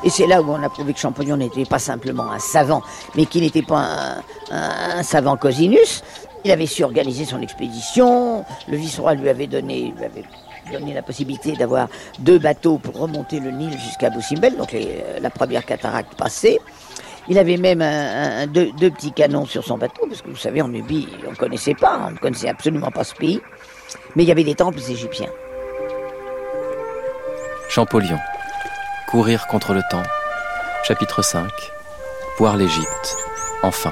Et c'est là où on a prouvé que Champollion n'était pas simplement un savant, mais qu'il n'était pas un savant cosinus. Il avait su organiser son expédition, le vice-roi lui avait donné la possibilité d'avoir 2 bateaux pour remonter le Nil jusqu'à Bou Simbel, donc la première cataracte passée. Il avait même deux petits canons sur son bateau, parce que vous savez, en Nubie, on ne connaissait absolument pas ce pays, mais il y avait des temples égyptiens. Champollion, courir contre le temps, chapitre 5, voir l'Égypte, enfin.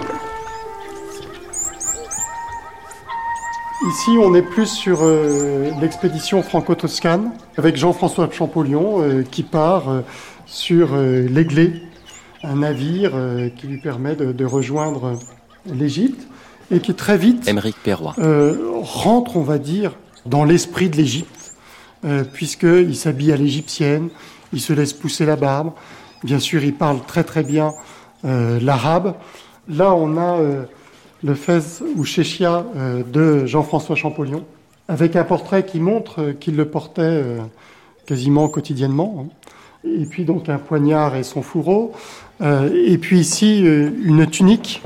Ici, on est plus sur l'expédition franco-toscane, avec Jean-François Champollion qui part sur l'Aiglé, un navire qui lui permet de rejoindre l'Égypte, et qui très vite Émeric Perroy rentre, on va dire, dans l'esprit de l'Égypte, puisqu'il s'habille à l'égyptienne, il se laisse pousser la barbe, bien sûr il parle très très bien l'arabe. Là on a le Fez ou Chéchia de Jean-François Champollion, avec un portrait qui montre qu'il le portait quasiment quotidiennement, et puis donc un poignard et son fourreau, et puis ici une tunique.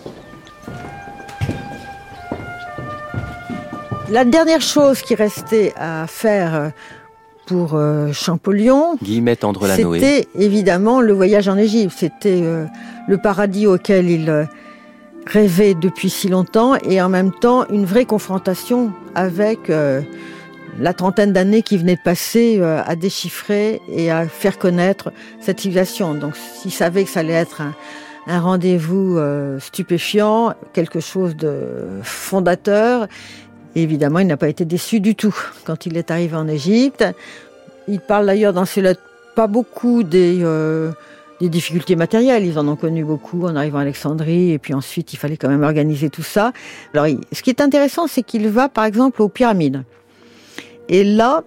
La dernière chose qui restait à faire pour Champollion, c'était évidemment le voyage en Égypte. C'était le paradis auquel il rêvait depuis si longtemps, et en même temps une vraie confrontation avec la trentaine d'années qui venait de passer à déchiffrer et à faire connaître cette civilisation. Donc il savait que ça allait être un rendez-vous stupéfiant, quelque chose de fondateur. Et évidemment, il n'a pas été déçu du tout quand il est arrivé en Égypte. Il parle d'ailleurs dans ses lettres pas beaucoup des difficultés matérielles. Ils en ont connu beaucoup en arrivant à Alexandrie, et puis ensuite, il fallait quand même organiser tout ça. Alors, ce qui est intéressant, c'est qu'il va, par exemple, aux pyramides. Et là,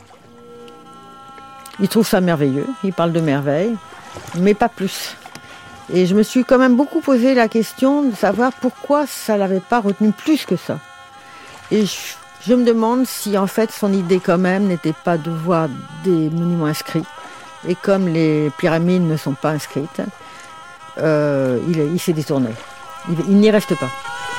il trouve ça merveilleux. Il parle de merveilles, mais pas plus. Et je me suis quand même beaucoup posé la question de savoir pourquoi ça l'avait pas retenu plus que ça. Et je me demande si en fait son idée quand même n'était pas de voir des monuments inscrits. Et comme les pyramides ne sont pas inscrites, il s'est détourné. Il n'y reste pas.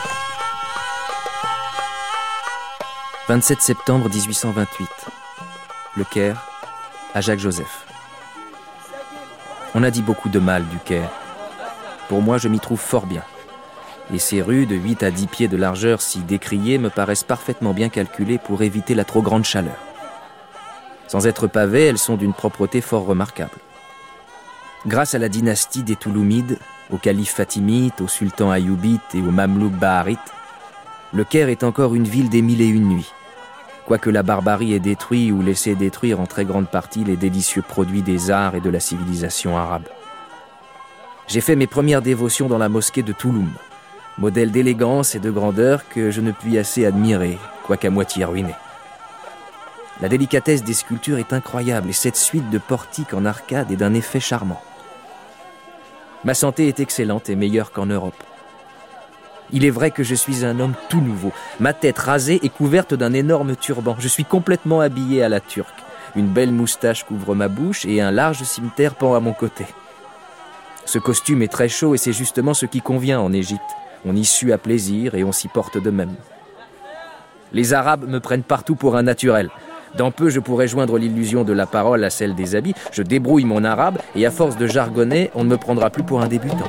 27 septembre 1828. Le Caire, à Jacques-Joseph. On a dit beaucoup de mal du Caire. Pour moi, je m'y trouve fort bien. Et ces rues de 8 à 10 pieds de largeur si décriées me paraissent parfaitement bien calculées pour éviter la trop grande chaleur. Sans être pavées, elles sont d'une propreté fort remarquable. Grâce à la dynastie des Touloumides, aux califes fatimites, aux sultans ayyoubites et aux mamelouks baharites, le Caire est encore une ville des 1001 nuits. Quoique la barbarie ait détruit ou laissé détruire en très grande partie les délicieux produits des arts et de la civilisation arabe. J'ai fait mes premières dévotions dans la mosquée de Touloum, modèle d'élégance et de grandeur que je ne puis assez admirer, quoiqu'à moitié ruiné. La délicatesse des sculptures est incroyable, et cette suite de portiques en arcade est d'un effet charmant. Ma santé est excellente et meilleure qu'en Europe. Il est vrai que je suis un homme tout nouveau, ma tête rasée et couverte d'un énorme turban. Je suis complètement habillé à la turque. Une belle moustache couvre ma bouche et un large cimeterre pend à mon côté. Ce costume est très chaud et c'est justement ce qui convient en Égypte. On y sue à plaisir et on s'y porte de même. Les Arabes me prennent partout pour un naturel. Dans peu, je pourrais joindre l'illusion de la parole à celle des habits. Je débrouille mon arabe et à force de jargonner, on ne me prendra plus pour un débutant.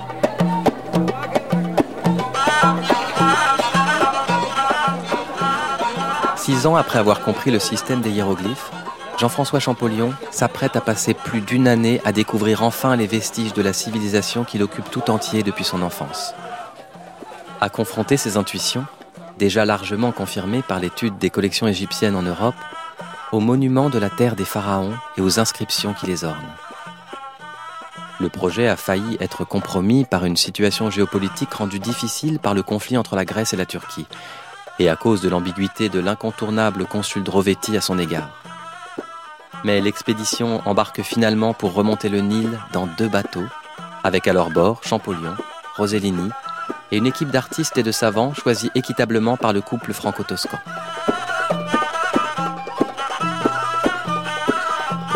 Six ans après avoir compris le système des hiéroglyphes, Jean-François Champollion s'apprête à passer plus d'une année à découvrir enfin les vestiges de la civilisation qui l'occupe tout entier depuis son enfance. À confronter ses intuitions, déjà largement confirmées par l'étude des collections égyptiennes en Europe, aux monuments de la terre des pharaons et aux inscriptions qui les ornent. Le projet a failli être compromis par une situation géopolitique rendue difficile par le conflit entre la Grèce et la Turquie, et à cause de l'ambiguïté de l'incontournable consul Drovetti à son égard. Mais l'expédition embarque finalement pour remonter le Nil dans 2 bateaux, avec à leur bord Champollion, Rosellini et une équipe d'artistes et de savants choisis équitablement par le couple franco-toscan.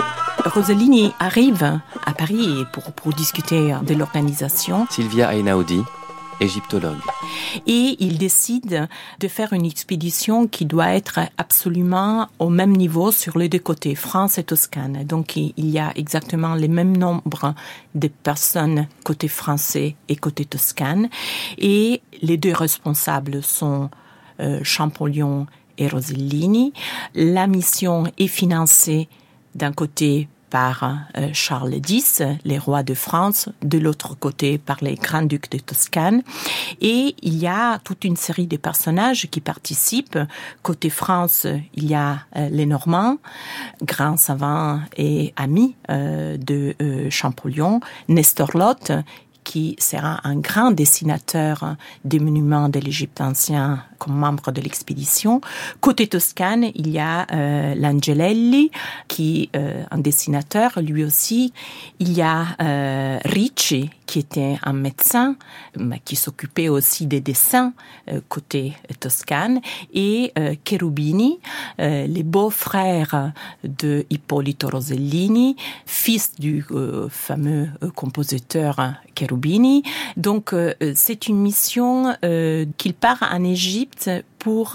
Rosellini arrive à Paris pour discuter de l'organisation. Sylvia Einaudi, égyptologue. Et il décide de faire une expédition qui doit être absolument au même niveau sur les deux côtés, France et Toscane. Donc il y a exactement le même nombre de personnes côté français et côté Toscane. Et les deux responsables sont Champollion et Rosellini. La mission est financée d'un côté par Charles X, les rois de France, de l'autre côté par les grands-ducs de Toscane. Et il y a toute une série de personnages qui participent. Côté France, il y a les Normands, grands savants et amis de Champollion, Nestor Lot, qui sera un grand dessinateur des monuments de l'Égypte ancien comme membre de l'expédition. Côté Toscane, il y a Langelelli, qui est un dessinateur, lui aussi. Il y a Ricci, qui était un médecin, qui s'occupait aussi des dessins côté Toscane, et Cherubini, les beaux-frères de Ippolito Rosellini, fils du fameux compositeur Cherubini. Donc, c'est une mission qu'il part en Égypte pour,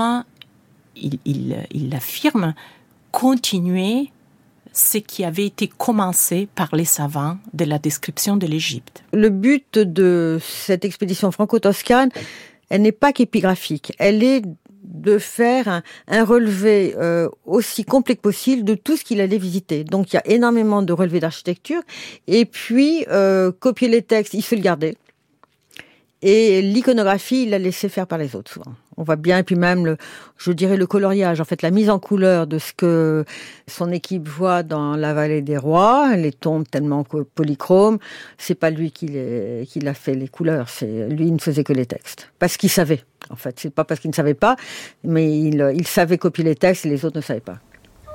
il affirme, continuer ce qui avait été commencé par les savants de la description de l'Égypte. Le but de cette expédition franco-toscane, elle n'est pas qu'épigraphique, elle est de faire un relevé aussi complet que possible de tout ce qu'il allait visiter. Donc il y a énormément de relevés d'architecture, et puis copier les textes, il se le gardait. Et l'iconographie, il l'a laissé faire par les autres, souvent. On voit bien, et puis même, le coloriage, en fait, la mise en couleur de ce que son équipe voit dans la vallée des rois, les tombes tellement polychromes, c'est pas lui qui l'a fait les couleurs, lui, il ne faisait que les textes. Parce qu'il savait, en fait. C'est pas parce qu'il ne savait pas, mais il savait copier les textes et les autres ne savaient pas.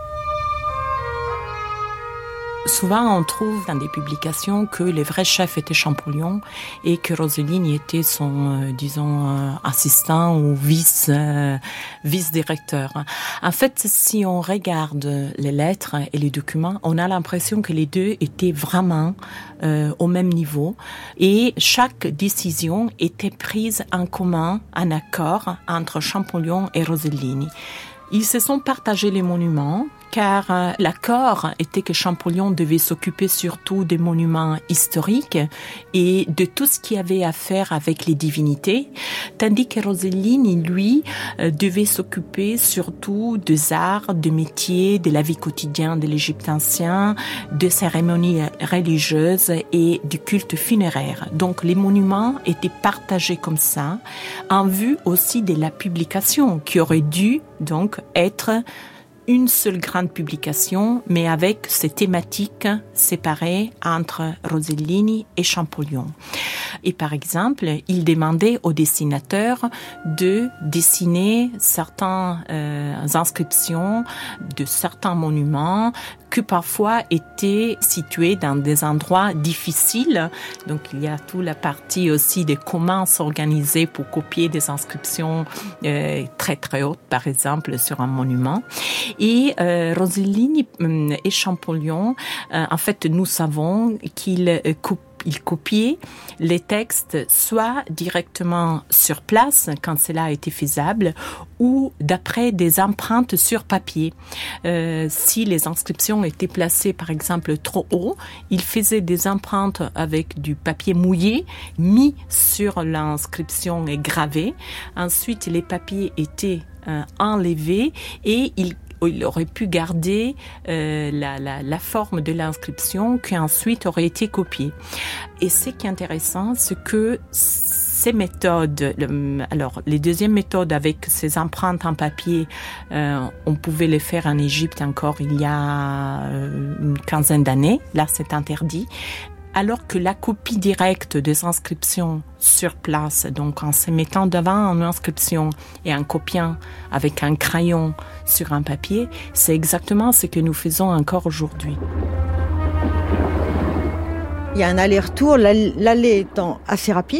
Souvent, on trouve dans des publications que le vrai chef était Champollion et que Rosellini était son, assistant ou vice-directeur. En fait, si on regarde les lettres et les documents, on a l'impression que les deux étaient vraiment au même niveau et chaque décision était prise en commun, en accord entre Champollion et Rosellini. Ils se sont partagés les monuments, car l'accord était que Champollion devait s'occuper surtout des monuments historiques et de tout ce qui avait à faire avec les divinités, tandis que Rosellini, lui, devait s'occuper surtout des arts, des métiers, de la vie quotidienne de l'Égypte ancien, des cérémonies religieuses et du culte funéraire. Donc les monuments étaient partagés comme ça, en vue aussi de la publication qui aurait dû donc être une seule grande publication, mais avec ces thématiques séparées entre Rosellini et Champollion. Et par exemple, il demandait aux dessinateurs de dessiner certaines inscriptions de certains monuments que parfois étaient situés dans des endroits difficiles. Donc il y a toute la partie aussi de comment s'organiser pour copier des inscriptions très très hautes, par exemple sur un monument. Et Rosellini et Champollion, en fait, nous savons qu'ils copiait les textes soit directement sur place, quand cela a été faisable, ou d'après des empreintes sur papier. Si les inscriptions étaient placées, par exemple, trop haut, il faisait des empreintes avec du papier mouillé, mis sur l'inscription et gravé. Ensuite, les papiers étaient enlevés et il aurait pu garder la forme de l'inscription qui ensuite aurait été copiée. Et ce qui est intéressant, c'est que ces méthodes, les deuxièmes méthodes avec ces empreintes en papier, on pouvait les faire en Égypte encore il y a une quinzaine d'années. Là, c'est interdit. Alors que la copie directe des inscriptions sur place, donc en se mettant devant une inscription et en copiant avec un crayon sur un papier, c'est exactement ce que nous faisons encore aujourd'hui. Il y a un aller-retour, l'aller étant assez rapide,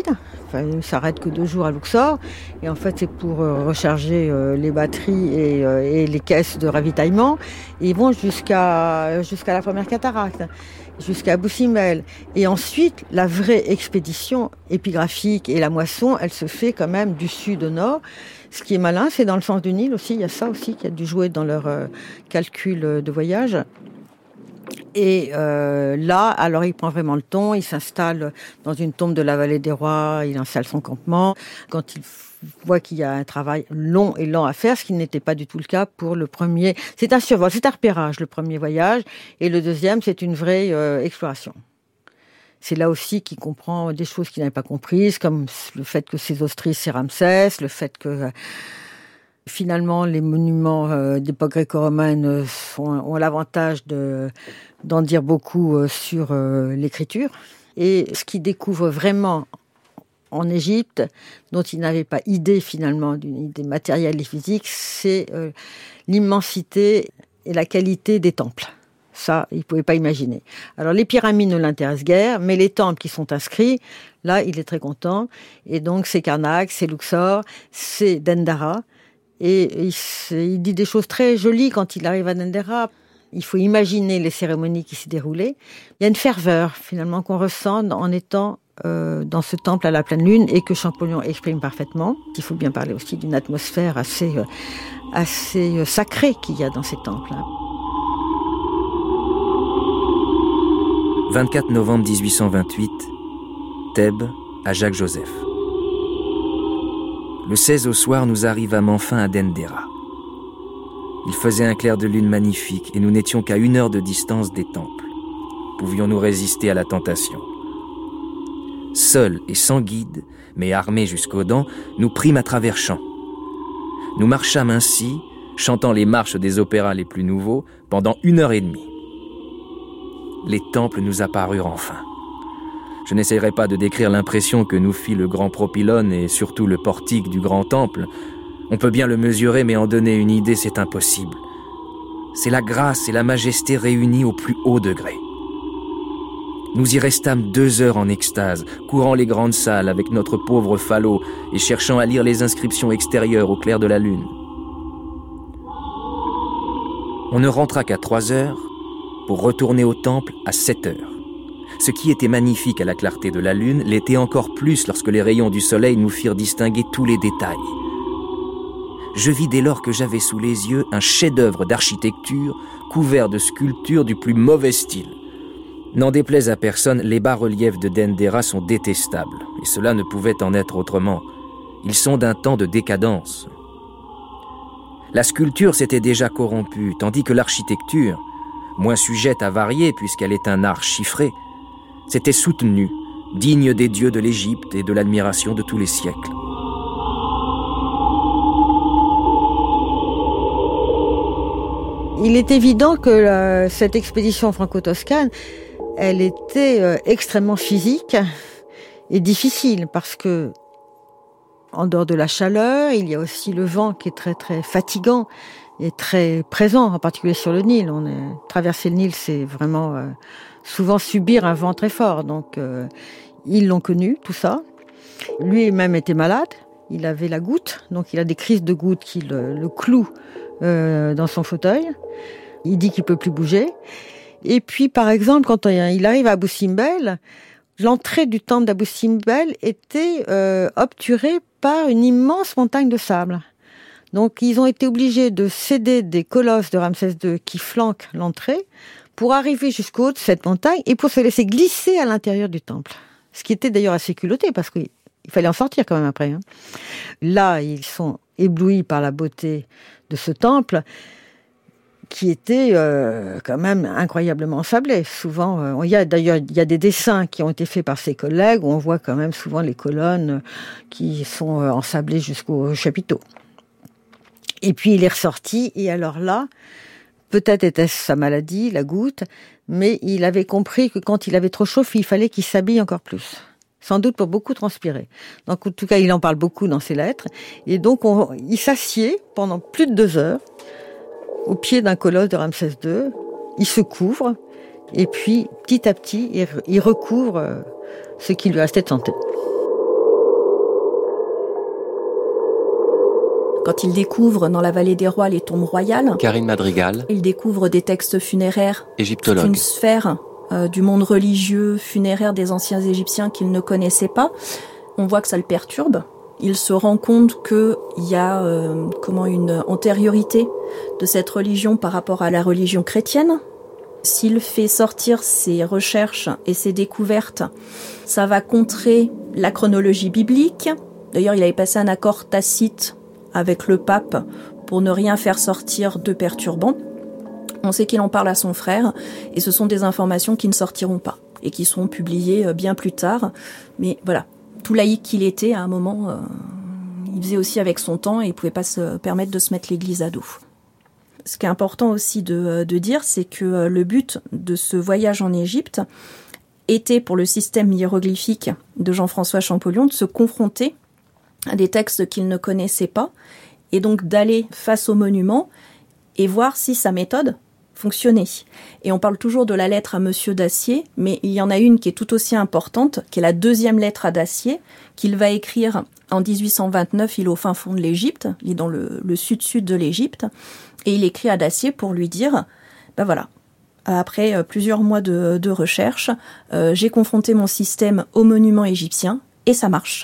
Enfin, il ne s'arrête que 2 jours à Luxor. Et en fait, c'est pour recharger les batteries et les caisses de ravitaillement. Et ils vont jusqu'à la première cataracte, jusqu'à Abou Simbel. Et ensuite, la vraie expédition épigraphique et la moisson, elle se fait quand même du sud au nord. Ce qui est malin, c'est dans le sens du Nil aussi. Il y a ça aussi qui a dû jouer dans leur calcul de voyage. Et là, alors il prend vraiment le temps, il s'installe dans une tombe de la vallée des rois, il installe son campement. Quand il voit qu'il y a un travail long et lent à faire, ce qui n'était pas du tout le cas pour le premier. C'est un survol, c'est un repérage, le premier voyage. Et le deuxième, c'est une vraie exploration. C'est là aussi qu'il comprend des choses qu'il n'avait pas comprises, comme le fait que ses ostriches, c'est Ramsès, le fait que finalement les monuments d'époque gréco-romaine ont l'avantage d'en dire beaucoup sur l'écriture. Et ce qu'il découvre vraiment en Égypte, dont il n'avait pas idée finalement d'une idée matérielle et physique, c'est l'immensité et la qualité des temples. Ça, il ne pouvait pas imaginer. Alors, les pyramides ne l'intéressent guère, mais les temples qui sont inscrits, là, il est très content. Et donc, c'est Karnak, c'est Luxor, c'est Dendera. Et il dit des choses très jolies quand il arrive à Dendera. Il faut imaginer les cérémonies qui s'y déroulaient. Il y a une ferveur, finalement, qu'on ressent en étant dans ce temple à la pleine lune et que Champollion exprime parfaitement. Il faut bien parler aussi d'une atmosphère assez sacrée qu'il y a dans ces temples. 24 novembre 1828, Thèbes, à Jacques Joseph. Le 16 au soir, nous arrivâmes enfin à Dendera. Il faisait un clair de lune magnifique et nous n'étions qu'à 1 heure de distance des temples. Pouvions-nous résister à la tentation? Seuls et sans guide, mais armés jusqu'aux dents, nous prîmes à travers champs. Nous marchâmes ainsi, chantant les marches des opéras les plus nouveaux, pendant 1 heure et demie. Les temples nous apparurent enfin. Je n'essayerai pas de décrire l'impression que nous fit le grand propylone et surtout le portique du grand temple. On peut bien le mesurer, mais en donner une idée, c'est impossible. C'est la grâce et la majesté réunies au plus haut degré. Nous y restâmes 2 heures en extase, courant les grandes salles avec notre pauvre falot et cherchant à lire les inscriptions extérieures au clair de la lune. On ne rentra qu'à 3 heures, pour retourner au temple à 7 heures. Ce qui était magnifique à la clarté de la lune l'était encore plus lorsque les rayons du soleil nous firent distinguer tous les détails. Je vis dès lors que j'avais sous les yeux un chef-d'œuvre d'architecture couvert de sculptures du plus mauvais style. N'en déplaise à personne, les bas-reliefs de Dendera sont détestables, et cela ne pouvait en être autrement. Ils sont d'un temps de décadence. La sculpture s'était déjà corrompue, tandis que l'architecture, moins sujette à varier puisqu'elle est un art chiffré, s'était soutenue, digne des dieux de l'Égypte et de l'admiration de tous les siècles. Il est évident que cette expédition franco-toscane, elle était extrêmement physique et difficile parce que, en dehors de la chaleur, il y a aussi le vent qui est très très fatigant et très présent, en particulier sur le Nil. Traverser le Nil, c'est vraiment souvent subir un vent très fort. Donc, ils l'ont connu, tout ça. Lui-même était malade, il avait la goutte, donc il a des crises de goutte qui le clouent dans son fauteuil. Il dit qu'il peut plus bouger. Et puis, par exemple, quand il arrive à Abou Simbel, l'entrée du temple d'Abou Simbel était obturée par une immense montagne de sable. Donc, ils ont été obligés de céder des colosses de Ramsès II qui flanquent l'entrée pour arriver jusqu'au haut de cette montagne et pour se laisser glisser à l'intérieur du temple. Ce qui était d'ailleurs assez culotté parce qu'il fallait en sortir quand même après. Là, ils sont éblouis par la beauté de ce temple qui était quand même incroyablement ensablé. Souvent, il y a des dessins qui ont été faits par ses collègues où on voit quand même souvent les colonnes qui sont ensablées jusqu'aux chapiteaux. Et puis il est ressorti, et alors là, peut-être était-ce sa maladie, la goutte, mais il avait compris que quand il avait trop chaud, il fallait qu'il s'habille encore plus. Sans doute pour beaucoup transpirer. Donc en tout cas, il en parle beaucoup dans ses lettres. Et donc il s'assied pendant plus de 2 heures au pied d'un colosse de Ramsès II. Il se couvre, et puis petit à petit, il recouvre ce qui lui restait de santé. Quand il découvre dans la vallée des rois les tombes royales, Karine Madrigal, il découvre des textes funéraires, égyptologue, une sphère du monde religieux funéraire des anciens Égyptiens qu'il ne connaissait pas. On voit que ça le perturbe. Il se rend compte qu'il y a une antériorité de cette religion par rapport à la religion chrétienne. S'il fait sortir ses recherches et ses découvertes, ça va contrer la chronologie biblique. D'ailleurs, il avait passé un accord tacite avec le pape pour ne rien faire sortir de perturbant. On sait qu'il en parle à son frère, et ce sont des informations qui ne sortiront pas et qui seront publiées bien plus tard. Mais voilà, tout laïc qu'il était, à un moment, il faisait aussi avec son temps et il ne pouvait pas se permettre de se mettre l'église à dos. Ce qui est important aussi de dire, c'est que le but de ce voyage en Égypte était, pour le système hiéroglyphique de Jean-François Champollion, de se confronter à des textes qu'il ne connaissait pas, et donc d'aller face au monument et voir si sa méthode fonctionnait. Et on parle toujours de la lettre à Monsieur Dacier, mais il y en a une qui est tout aussi importante, qui est la deuxième lettre à Dacier, qu'il va écrire en 1829, il est au fin fond de l'Égypte, il est dans le sud-sud de l'Égypte, et il écrit à Dacier pour lui dire, ben voilà, après plusieurs mois de recherche, j'ai confronté mon système au monument égyptien, et ça marche.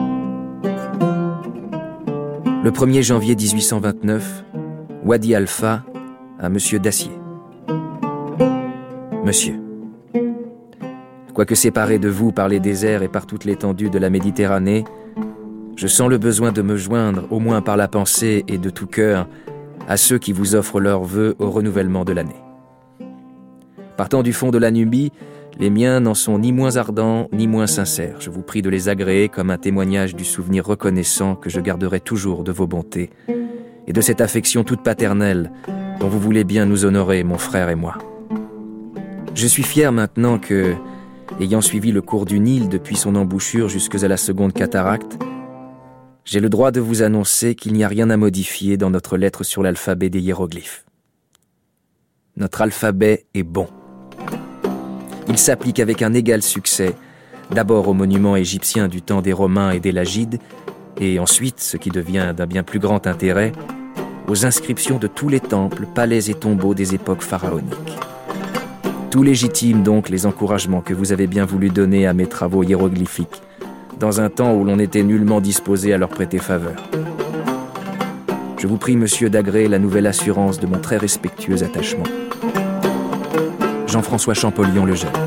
Le 1er janvier 1829, Wadi Alpha à Monsieur Dacier. Monsieur, quoique séparé de vous par les déserts et par toute l'étendue de la Méditerranée, je sens le besoin de me joindre, au moins par la pensée et de tout cœur, à ceux qui vous offrent leurs vœux au renouvellement de l'année. Partant du fond de la Nubie, les miens n'en sont ni moins ardents, ni moins sincères. Je vous prie de les agréer comme un témoignage du souvenir reconnaissant que je garderai toujours de vos bontés et de cette affection toute paternelle dont vous voulez bien nous honorer, mon frère et moi. Je suis fier maintenant que, ayant suivi le cours du Nil depuis son embouchure jusqu'à la seconde cataracte, j'ai le droit de vous annoncer qu'il n'y a rien à modifier dans notre lettre sur l'alphabet des hiéroglyphes. Notre alphabet est bon. Il s'applique avec un égal succès, d'abord aux monuments égyptiens du temps des Romains et des Lagides, et ensuite, ce qui devient d'un bien plus grand intérêt, aux inscriptions de tous les temples, palais et tombeaux des époques pharaoniques. Tout légitime donc les encouragements que vous avez bien voulu donner à mes travaux hiéroglyphiques, dans un temps où l'on était nullement disposé à leur prêter faveur. Je vous prie, monsieur, d'agréer la nouvelle assurance de mon très respectueux attachement. Jean-François Champollion le Jeune.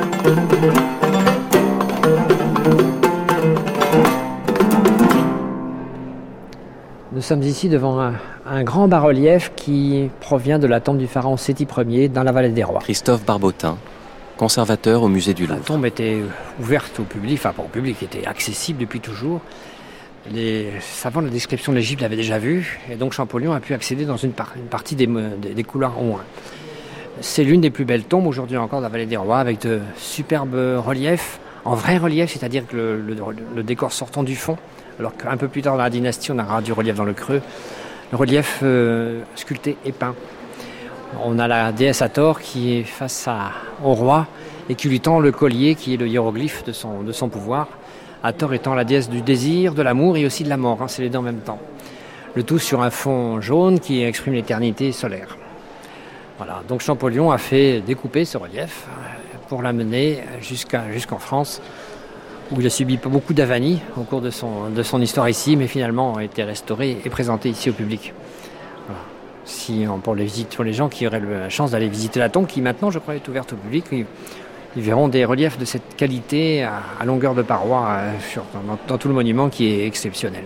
Nous sommes ici devant un grand bas-relief qui provient de la tombe du pharaon Séti Ier dans la vallée des rois. Christophe Barbotin, conservateur au musée du Louvre. La tombe était ouverte au public, enfin pas au public, était accessible depuis toujours. Les savants de la description de l'Égypte l'avaient déjà vue, et donc Champollion a pu accéder dans une partie des couloirs au moins. C'est l'une des plus belles tombes aujourd'hui encore de la vallée des rois, avec de superbes reliefs, en vrai relief, c'est-à-dire que le décor sortant du fond, alors qu'un peu plus tard dans la dynastie, on aura du relief dans le creux, le relief sculpté et peint. On a la déesse Hathor qui est face au roi et qui lui tend le collier qui est le hiéroglyphe de son pouvoir. Hathor étant la déesse du désir, de l'amour et aussi de la mort, c'est les deux en même temps. Le tout sur un fond jaune qui exprime l'éternité solaire. Voilà, donc Champollion a fait découper ce relief pour l'amener jusqu'en France, où il a subi beaucoup d'avanies au cours de son histoire ici, mais finalement a été restauré et présenté ici au public. Voilà. Pour les gens qui auraient la chance d'aller visiter la tombe, qui maintenant, je crois, est ouverte au public, ils verront des reliefs de cette qualité à longueur de paroi dans tout le monument qui est exceptionnel.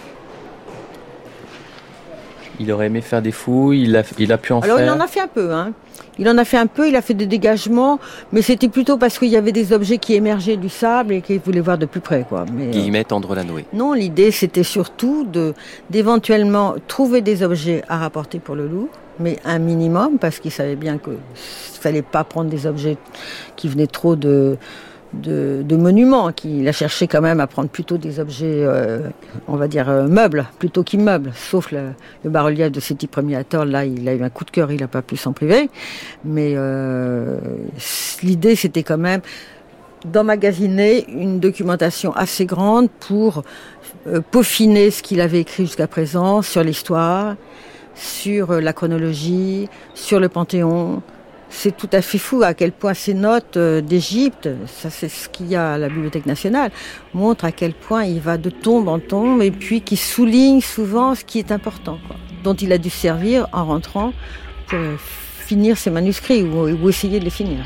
Il aurait aimé faire des fouilles, il a pu en faire. Alors il en a fait un peu, Il en a fait un peu, il a fait des dégagements, mais c'était plutôt parce qu'il y avait des objets qui émergeaient du sable et qu'il voulait voir de plus près, quoi. Mais, Guillemette André Lanoé. Non, l'idée c'était surtout d'éventuellement trouver des objets à rapporter pour le Louvre, mais un minimum, parce qu'il savait bien qu'il ne fallait pas prendre des objets qui venaient trop de monuments, qu'il a cherché quand même à prendre plutôt des objets, on va dire meubles, plutôt qu'immeubles, sauf le bas-relief de Séti Ier Hathor, là il a eu un coup de cœur, il n'a pas pu s'en priver, mais l'idée c'était quand même d'emmagasiner une documentation assez grande pour peaufiner ce qu'il avait écrit jusqu'à présent sur l'histoire, sur la chronologie, sur le Panthéon. C'est tout à fait fou à quel point ces notes d'Égypte, ça c'est ce qu'il y a à la Bibliothèque nationale, montrent à quel point il va de tombe en tombe et puis qui souligne souvent ce qui est important, quoi, dont il a dû servir en rentrant pour finir ses manuscrits ou essayer de les finir.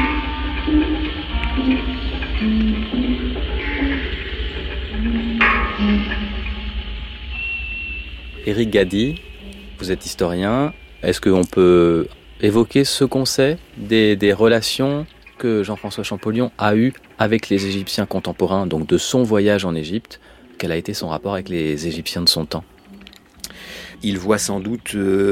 Éric Gady, vous êtes historien. Est-ce qu'on peut évoquer ce qu'on sait des relations que Jean-François Champollion a eues avec les Égyptiens contemporains, donc de son voyage en Égypte? Quel a été son rapport avec les Égyptiens de son temps? Il voit sans doute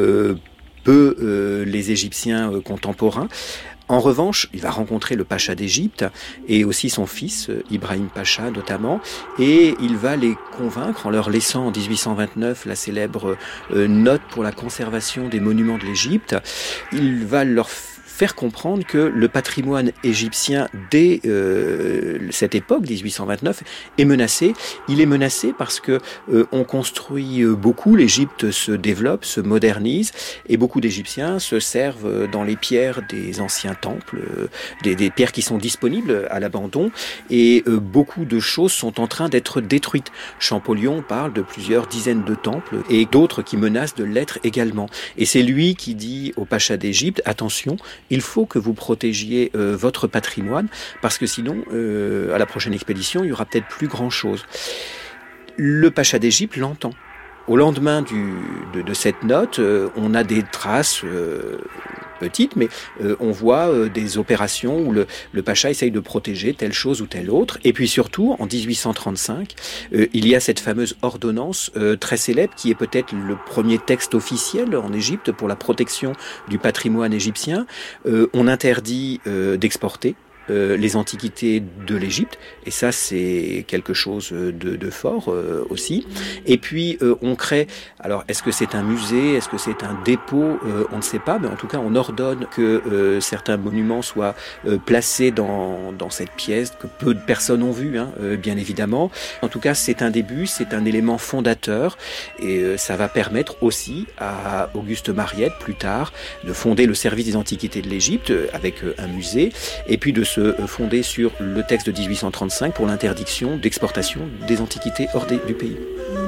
peu les Égyptiens contemporains. En revanche, il va rencontrer le Pacha d'Égypte et aussi son fils, Ibrahim Pacha notamment, et il va les convaincre en leur laissant en 1829 la célèbre note pour la conservation des monuments de l'Égypte. Il va leur faire comprendre que le patrimoine égyptien dès cette époque, 1829, est menacé. Il est menacé parce que on construit beaucoup, l'Égypte se développe, se modernise, et beaucoup d'Égyptiens se servent dans les pierres des anciens temples, des pierres qui sont disponibles à l'abandon, et beaucoup de choses sont en train d'être détruites. Champollion parle de plusieurs dizaines de temples et d'autres qui menacent de l'être également. Et c'est lui qui dit au Pacha d'Égypte, attention, il faut que vous protégiez votre patrimoine, parce que sinon, à la prochaine expédition, il y aura peut-être plus grand-chose. Le Pacha d'Égypte l'entend. Au lendemain de cette note, on a des traces petites, mais on voit des opérations où le Pacha essaye de protéger telle chose ou telle autre. Et puis surtout, en 1835, il y a cette fameuse ordonnance très célèbre qui est peut-être le premier texte officiel en Égypte pour la protection du patrimoine égyptien. On interdit d'exporter les antiquités de l'Égypte, et ça c'est quelque chose de fort aussi. Et puis on crée, alors est-ce que c'est un musée, est-ce que c'est un dépôt, on ne sait pas, mais en tout cas on ordonne que certains monuments soient placés dans cette pièce que peu de personnes ont vu, bien évidemment. En tout cas c'est un début, c'est un élément fondateur, et ça va permettre aussi à Auguste Mariette plus tard de fonder le service des antiquités de l'Égypte avec un musée, et puis de se fonder sur le texte de 1835 pour l'interdiction d'exportation des antiquités hors du pays.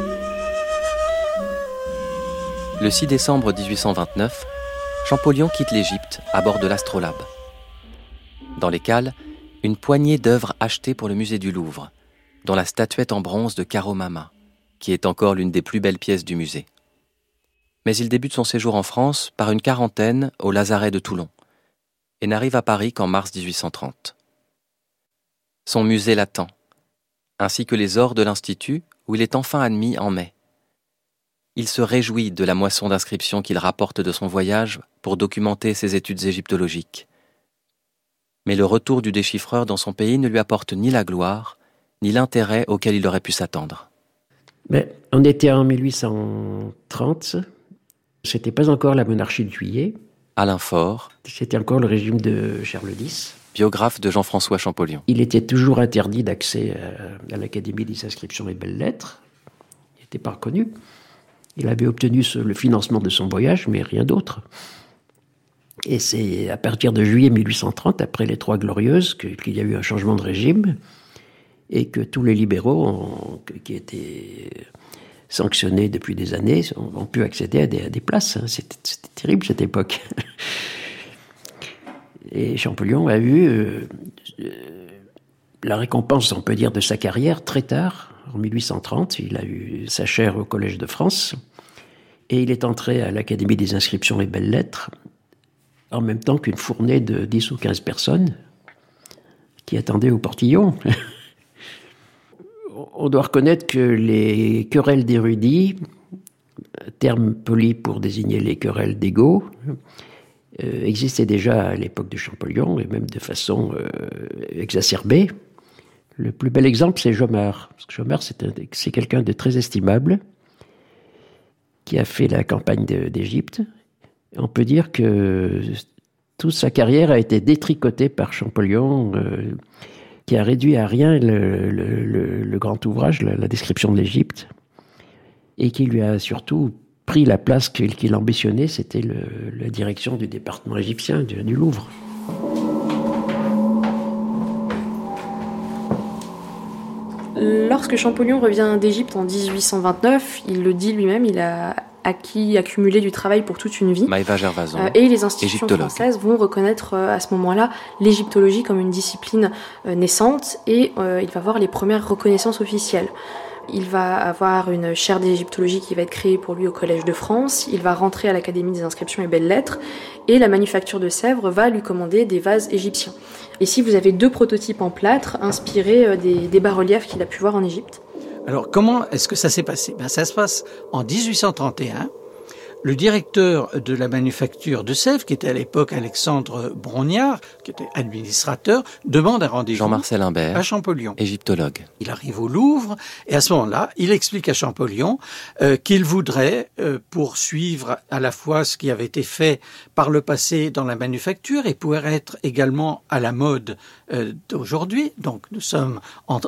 Le 6 décembre 1829, Champollion quitte l'Égypte à bord de l'Astrolabe. Dans les cales, une poignée d'œuvres achetées pour le musée du Louvre, dont la statuette en bronze de Karo Mama, qui est encore l'une des plus belles pièces du musée. Mais il débute son séjour en France par une quarantaine au lazaret de Toulon, et n'arrive à Paris qu'en mars 1830. Son musée l'attend, ainsi que les ors de l'Institut, où il est enfin admis en mai. Il se réjouit de la moisson d'inscriptions qu'il rapporte de son voyage pour documenter ses études égyptologiques. Mais le retour du déchiffreur dans son pays ne lui apporte ni la gloire, ni l'intérêt auquel il aurait pu s'attendre. Mais on était en 1830, c'était pas encore la monarchie de Juillet. Alain Faure, c'était encore le régime de Charles X. Biographe de Jean-François Champollion. Il était toujours interdit d'accès à l'Académie des inscriptions et belles-lettres. Il n'était pas reconnu. Il avait obtenu le financement de son voyage, mais rien d'autre. Et c'est à partir de juillet 1830, après les Trois Glorieuses, qu'il y a eu un changement de régime et que tous les libéraux qui étaient sanctionnés depuis des années ont pu accéder à des places. C'était terrible cette époque. Et Champollion a eu la récompense, on peut dire, de sa carrière très tard, en 1830. Il a eu sa chaire au Collège de France et il est entré à l'Académie des inscriptions et belles-lettres en même temps qu'une fournée de 10 ou 15 personnes qui attendaient au portillon. On doit reconnaître que les querelles d'érudits, terme poli pour désigner les querelles d'égaux, existaient déjà à l'époque de Champollion, et même de façon exacerbée. Le plus bel exemple, c'est Jomard. Parce que Jomard, c'est quelqu'un de très estimable, qui a fait la campagne d'Égypte. On peut dire que toute sa carrière a été détricotée par Champollion qui a réduit à rien le grand ouvrage, la description de l'Égypte, et qui lui a surtout pris la place qu'il ambitionnait, c'était la direction du département égyptien du Louvre. Lorsque Champollion revient d'Égypte en 1829, il le dit lui-même, il a accumulé du travail pour toute une vie. Maëva Gervason, et les institutions françaises vont reconnaître à ce moment-là l'égyptologie comme une discipline naissante et il va avoir les premières reconnaissances officielles. Il va avoir une chaire d'égyptologie qui va être créée pour lui au Collège de France. Il va rentrer à l'Académie des inscriptions et belles-lettres. Et la manufacture de Sèvres va lui commander des vases égyptiens. Ici, vous avez 2 prototypes en plâtre inspirés des bas-reliefs qu'il a pu voir en Égypte. Alors, comment est-ce que ça s'est passé ? Ça se passe en 1831. Le directeur de la manufacture de Sèvres, qui était à l'époque Alexandre Brongniart, qui était administrateur, demande un rendez-vous Jean-Marcel Imbert, à Champollion, égyptologue. Il arrive au Louvre et à ce moment-là, il explique à Champollion qu'il voudrait poursuivre à la fois ce qui avait été fait par le passé dans la manufacture et pouvoir être également à la mode d'aujourd'hui. Donc nous sommes en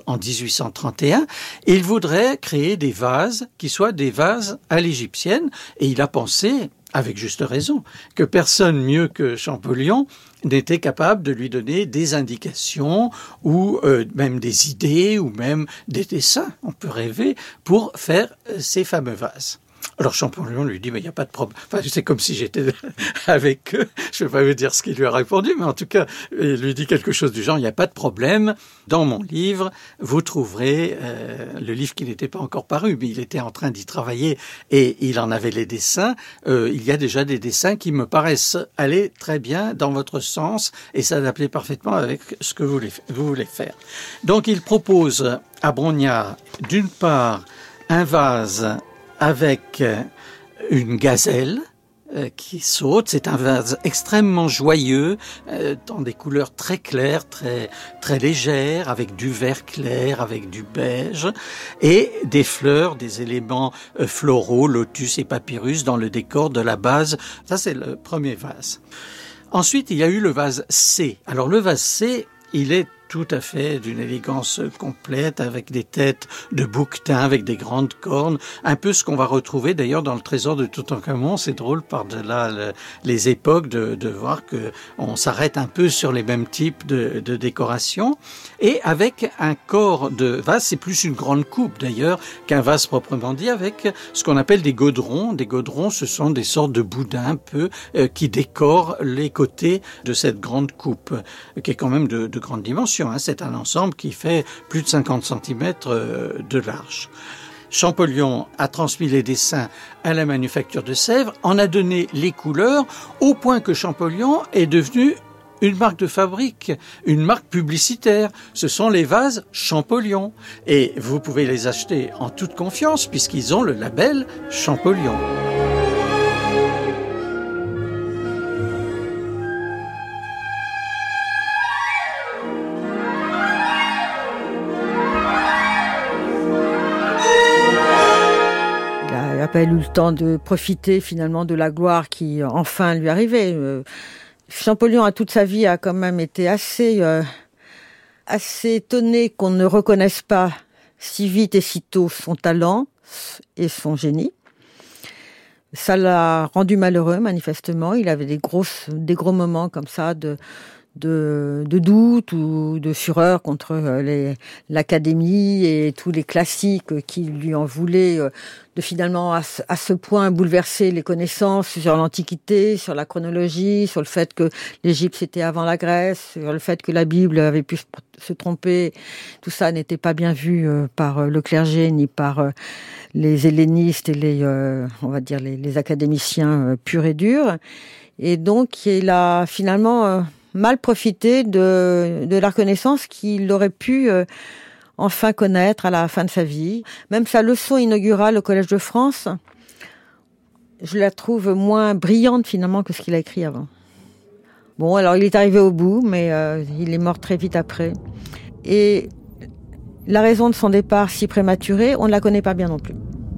1831. Et il voudrait créer des vases qui soient des vases à l'égyptienne et il a pensé, avec juste raison, que personne mieux que Champollion n'était capable de lui donner des indications ou même des idées ou même des dessins, on peut rêver, pour faire ces fameux vases. Alors Champollion lui dit, mais il n'y a pas de problème. Enfin, c'est comme si j'étais avec eux. Je ne vais pas vous dire ce qu'il lui a répondu, mais en tout cas, il lui dit quelque chose du genre, il n'y a pas de problème. Dans mon livre, vous trouverez le livre qui n'était pas encore paru, mais il était en train d'y travailler et il en avait les dessins. Il y a déjà des dessins qui me paraissent aller très bien dans votre sens et s'adapter parfaitement avec ce que vous voulez faire. Donc, il propose à Brongniart, d'une part, un vase avec une gazelle qui saute. C'est un vase extrêmement joyeux, dans des couleurs très claires, très, très légères, avec du vert clair, avec du beige, et des fleurs, des éléments floraux, lotus et papyrus dans le décor de la base. Ça, c'est le premier vase. Ensuite, il y a eu le vase C. Alors, le vase C, il est tout à fait d'une élégance complète, avec des têtes de bouquetin, avec des grandes cornes, un peu ce qu'on va retrouver d'ailleurs dans le trésor de Toutankhamon. C'est drôle par-delà les époques de voir que on s'arrête un peu sur les mêmes types de décorations, et avec un corps de vase, c'est plus une grande coupe d'ailleurs qu'un vase proprement dit, avec ce qu'on appelle des godrons. Des godrons, ce sont des sortes de boudins un peu qui décorent les côtés de cette grande coupe, qui est quand même de grande dimension. C'est un ensemble qui fait plus de 50 cm de large. Champollion a transmis les dessins à la manufacture de Sèvres, en a donné les couleurs, au point que Champollion est devenu une marque de fabrique, une marque publicitaire. Ce sont les vases Champollion. Et vous pouvez les acheter en toute confiance puisqu'ils ont le label Champollion. Il n'a pas eu le temps de profiter finalement de la gloire qui enfin lui arrivait. Champollion, à toute sa vie, a quand même été assez étonné qu'on ne reconnaisse pas si vite et si tôt son talent et son génie. Ça l'a rendu malheureux, manifestement. Il avait des gros moments comme ça de doute ou de fureur contre l'Académie et tous les classiques qui lui en voulaient, de finalement à ce point bouleverser les connaissances sur l'Antiquité, sur la chronologie, sur le fait que l'Égypte c'était avant la Grèce, sur le fait que la Bible avait pu se tromper. Tout ça n'était pas bien vu par le clergé ni par les hellénistes et les académiciens purs et durs. Et donc il a finalement mal profité de la reconnaissance qu'il aurait pu enfin connaître à la fin de sa vie. Même sa leçon inaugurale au Collège de France, je la trouve moins brillante finalement que ce qu'il a écrit avant. Bon, alors il est arrivé au bout, mais il est mort très vite après. Et la raison de son départ si prématuré, on ne la connaît pas bien non plus.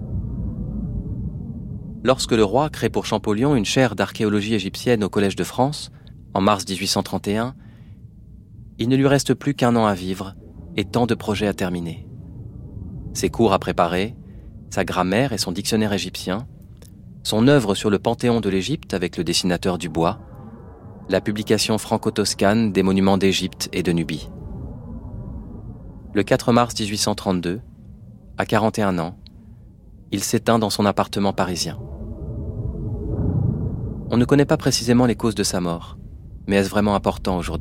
Lorsque le roi crée pour Champollion une chaire d'archéologie égyptienne au Collège de France, en mars 1831, Il ne lui reste plus qu'1 an à vivre et tant de projets à terminer. Ses cours à préparer, sa grammaire et son dictionnaire égyptien, son œuvre sur le panthéon de l'Égypte avec le dessinateur Dubois, la publication franco-toscane des monuments d'Égypte et de Nubie. Le 4 mars 1832, à 41 ans, il s'éteint dans son appartement parisien. On ne connaît pas précisément les causes de sa mort, mais est-ce vraiment important aujourd'hui ?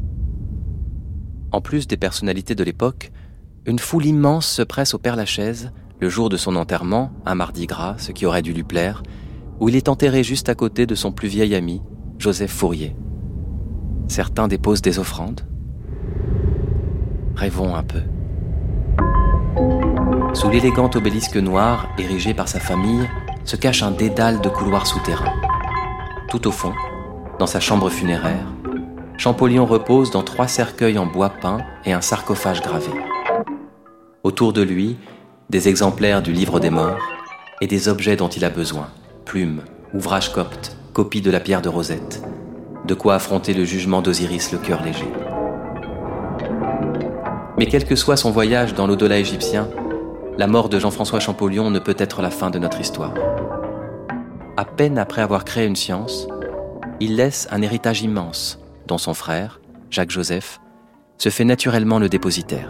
En plus des personnalités de l'époque, une foule immense se presse au Père-Lachaise, le jour de son enterrement, un mardi gras, ce qui aurait dû lui plaire, où il est enterré juste à côté de son plus vieil ami, Joseph Fourier. Certains déposent des offrandes. Rêvons un peu. Sous l'élégant obélisque noir érigé par sa famille se cache un dédale de couloirs souterrains. Tout au fond, dans sa chambre funéraire, Champollion repose dans 3 cercueils en bois peint et un sarcophage gravé. Autour de lui, des exemplaires du livre des morts et des objets dont il a besoin, plumes, ouvrages coptes, copies de la pierre de Rosette, de quoi affronter le jugement d'Osiris le cœur léger. Mais quel que soit son voyage dans l'au-delà égyptien, la mort de Jean-François Champollion ne peut être la fin de notre histoire. À peine après avoir créé une science, il laisse un héritage immense, dont son frère, Jacques-Joseph, se fait naturellement le dépositaire.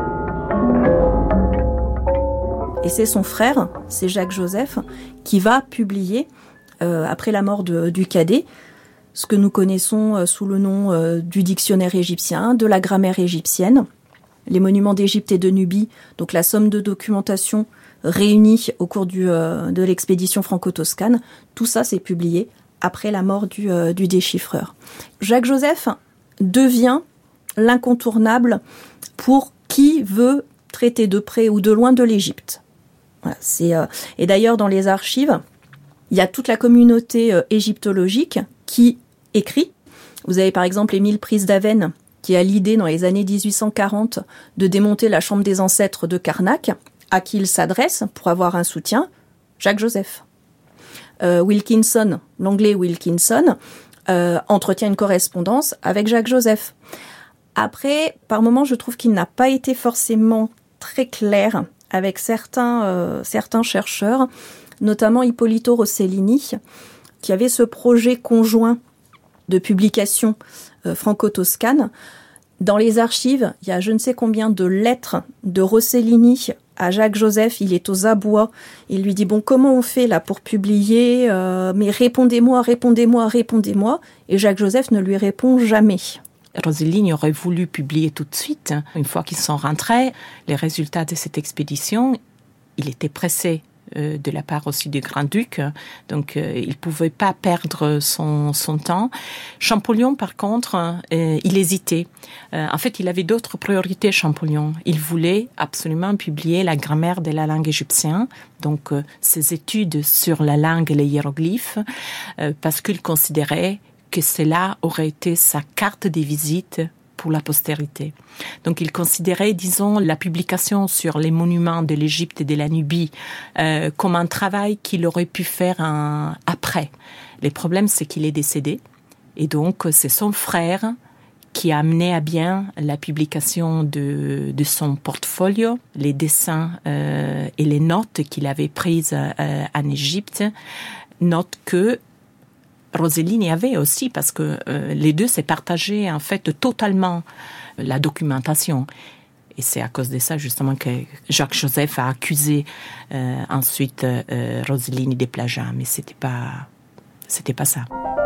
Et c'est son frère, c'est Jacques-Joseph, qui va publier, après la mort du cadet, ce que nous connaissons sous le nom du dictionnaire égyptien, de la grammaire égyptienne, les monuments d'Égypte et de Nubie, donc la somme de documentation réunie au cours de l'expédition franco-toscane. Tout ça, c'est publié après la mort du déchiffreur. Jacques-Joseph devient l'incontournable pour qui veut traiter de près ou de loin de l'Égypte. Voilà, et d'ailleurs, dans les archives, il y a toute la communauté égyptologique qui écrit. Vous avez par exemple Émile Prisdaven, qui a l'idée dans les années 1840 de démonter la chambre des ancêtres de Karnak, à qui il s'adresse pour avoir un soutien, Jacques-Joseph. Wilkinson, l'anglais Wilkinson, entretient une correspondance avec Jacques-Joseph. Après, par moments, je trouve qu'il n'a pas été forcément très clair avec certains chercheurs, notamment Ippolito Rossellini, qui avait ce projet conjoint de publication franco-toscane. Dans les archives, il y a je ne sais combien de lettres de Rossellini à Jacques-Joseph. Il est aux abois. Il lui dit, bon, comment on fait là pour publier mais répondez-moi. Et Jacques-Joseph ne lui répond jamais. Rossellini aurait voulu publier tout de suite. Une fois qu'ils sont rentrés, les résultats de cette expédition, il était pressé de la part aussi du grand-duc, donc il ne pouvait pas perdre son temps. Champollion, par contre, il hésitait. En fait, il avait d'autres priorités, Champollion. Il voulait absolument publier la grammaire de la langue égyptienne, donc ses études sur la langue et les hiéroglyphes, parce qu'il considérait que cela aurait été sa carte de visite pour la postérité. Donc il considérait, disons, la publication sur les monuments de l'Égypte et de la Nubie comme un travail qu'il aurait pu faire après. Le problème, c'est qu'il est décédé, et donc c'est son frère qui a amené à bien la publication de son portfolio, les dessins et les notes qu'il avait prises en Égypte, notes que Rossellini avait aussi, parce que les deux s'est partagé en fait totalement la documentation. Et c'est à cause de ça justement que Jacques-Joseph a accusé ensuite Rossellini de plagiat, mais c'était pas ça.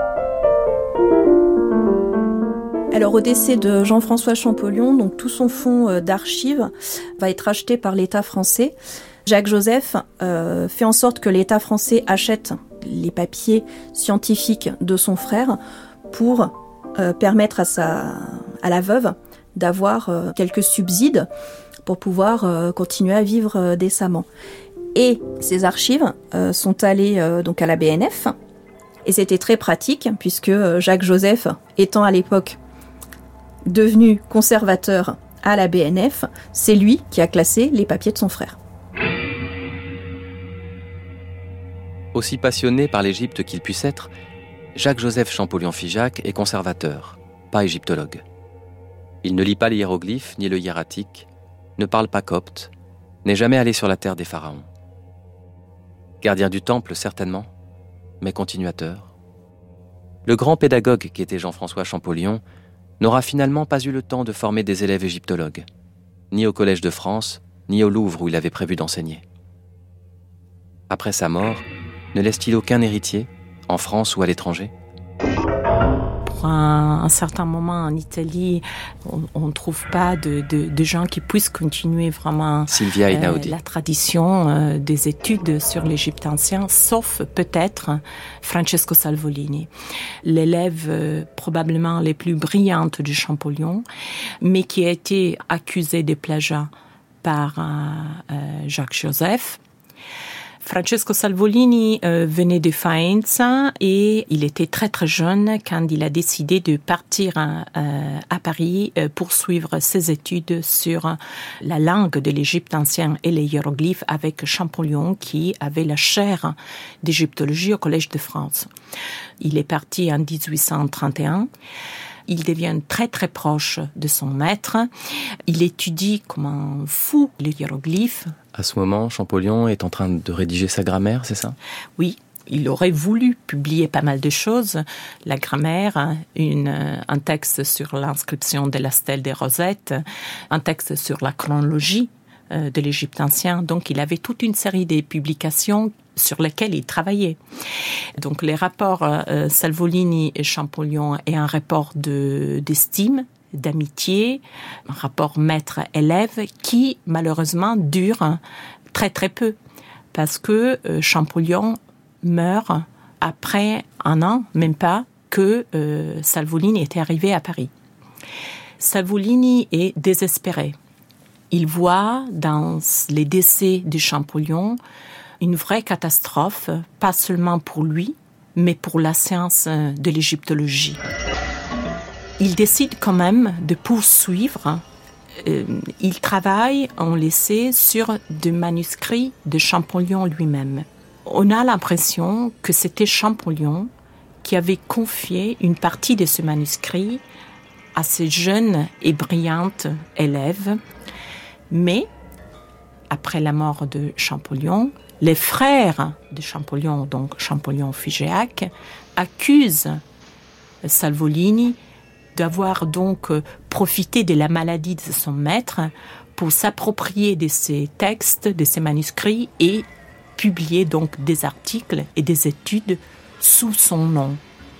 Alors au décès de Jean-François Champollion, donc tout son fonds d'archives va être acheté par l'État français. Jacques-Joseph fait en sorte que l'État français achète les papiers scientifiques de son frère pour permettre à la veuve d'avoir quelques subsides pour pouvoir continuer à vivre décemment. Et ces archives sont allées donc à la BNF, et c'était très pratique puisque Jacques-Joseph, étant à l'époque devenu conservateur à la BNF, c'est lui qui a classé les papiers de son frère. Aussi passionné par l'Égypte qu'il puisse être, Jacques-Joseph Champollion-Figeac est conservateur, pas égyptologue. Il ne lit pas les hiéroglyphes ni le hiératique, ne parle pas copte, n'est jamais allé sur la terre des pharaons. Gardien du temple, certainement, mais continuateur. Le grand pédagogue qui était Jean-François Champollion n'aura finalement pas eu le temps de former des élèves égyptologues, ni au Collège de France, ni au Louvre où il avait prévu d'enseigner. Après sa mort, ne laisse-t-il aucun héritier, en France ou à l'étranger ? Pour un certain moment en Italie, on ne trouve pas de gens qui puissent continuer vraiment Silvia Einaudi. La tradition des études sur l'Égypte ancien, sauf peut-être Francesco Salvolini, l'élève probablement les plus brillantes de Champollion, mais qui a été accusé de plagiat par Jacques Joseph. Francesco Salvolini venait de Faenza et il était très très jeune quand il a décidé de partir à Paris pour suivre ses études sur la langue de l'Égypte ancienne et les hiéroglyphes avec Champollion qui avait la chaire d'égyptologie au Collège de France. Il est parti en 1831. Il devient très très proche de son maître. Il étudie comme un fou les hiéroglyphes. À ce moment, Champollion est en train de rédiger sa grammaire, c'est ça ? Oui, il aurait voulu publier pas mal de choses. La grammaire, un texte sur l'inscription de la stèle des Rosettes, un texte sur la chronologie de l'Égypte ancienne. Donc il avait toute une série de publications sur lesquelles il travaillait. Donc les rapports Salvolini et Champollion est un rapport d'estime, d'amitié, un rapport maître-élève qui malheureusement dure très très peu parce que Champollion meurt après un an, même pas, que Salvolini était arrivé à Paris. Salvolini est désespéré. Il voit dans les décès de Champollion une vraie catastrophe, pas seulement pour lui, mais pour la science de l'égyptologie. Il décide quand même de poursuivre. Il travaille, on le sait, sur des manuscrits de Champollion lui-même. On a l'impression que c'était Champollion qui avait confié une partie de ce manuscrit à ces jeunes et brillantes élèves. Mais, après la mort de Champollion, les frères de Champollion, donc Champollion-Figeac, accusent Salvolini d'avoir donc profité de la maladie de son maître pour s'approprier de ses textes, de ses manuscrits et publier donc des articles et des études sous son nom.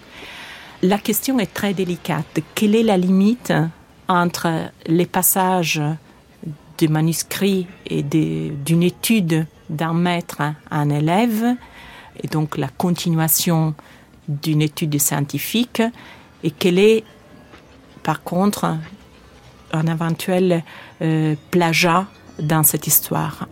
La question est très délicate. Quelle est la limite entre les passages des manuscrits et d'une étude d'un maître à un élève, et donc la continuation d'une étude scientifique, et quel est, par contre, un éventuel plagiat dans cette histoire.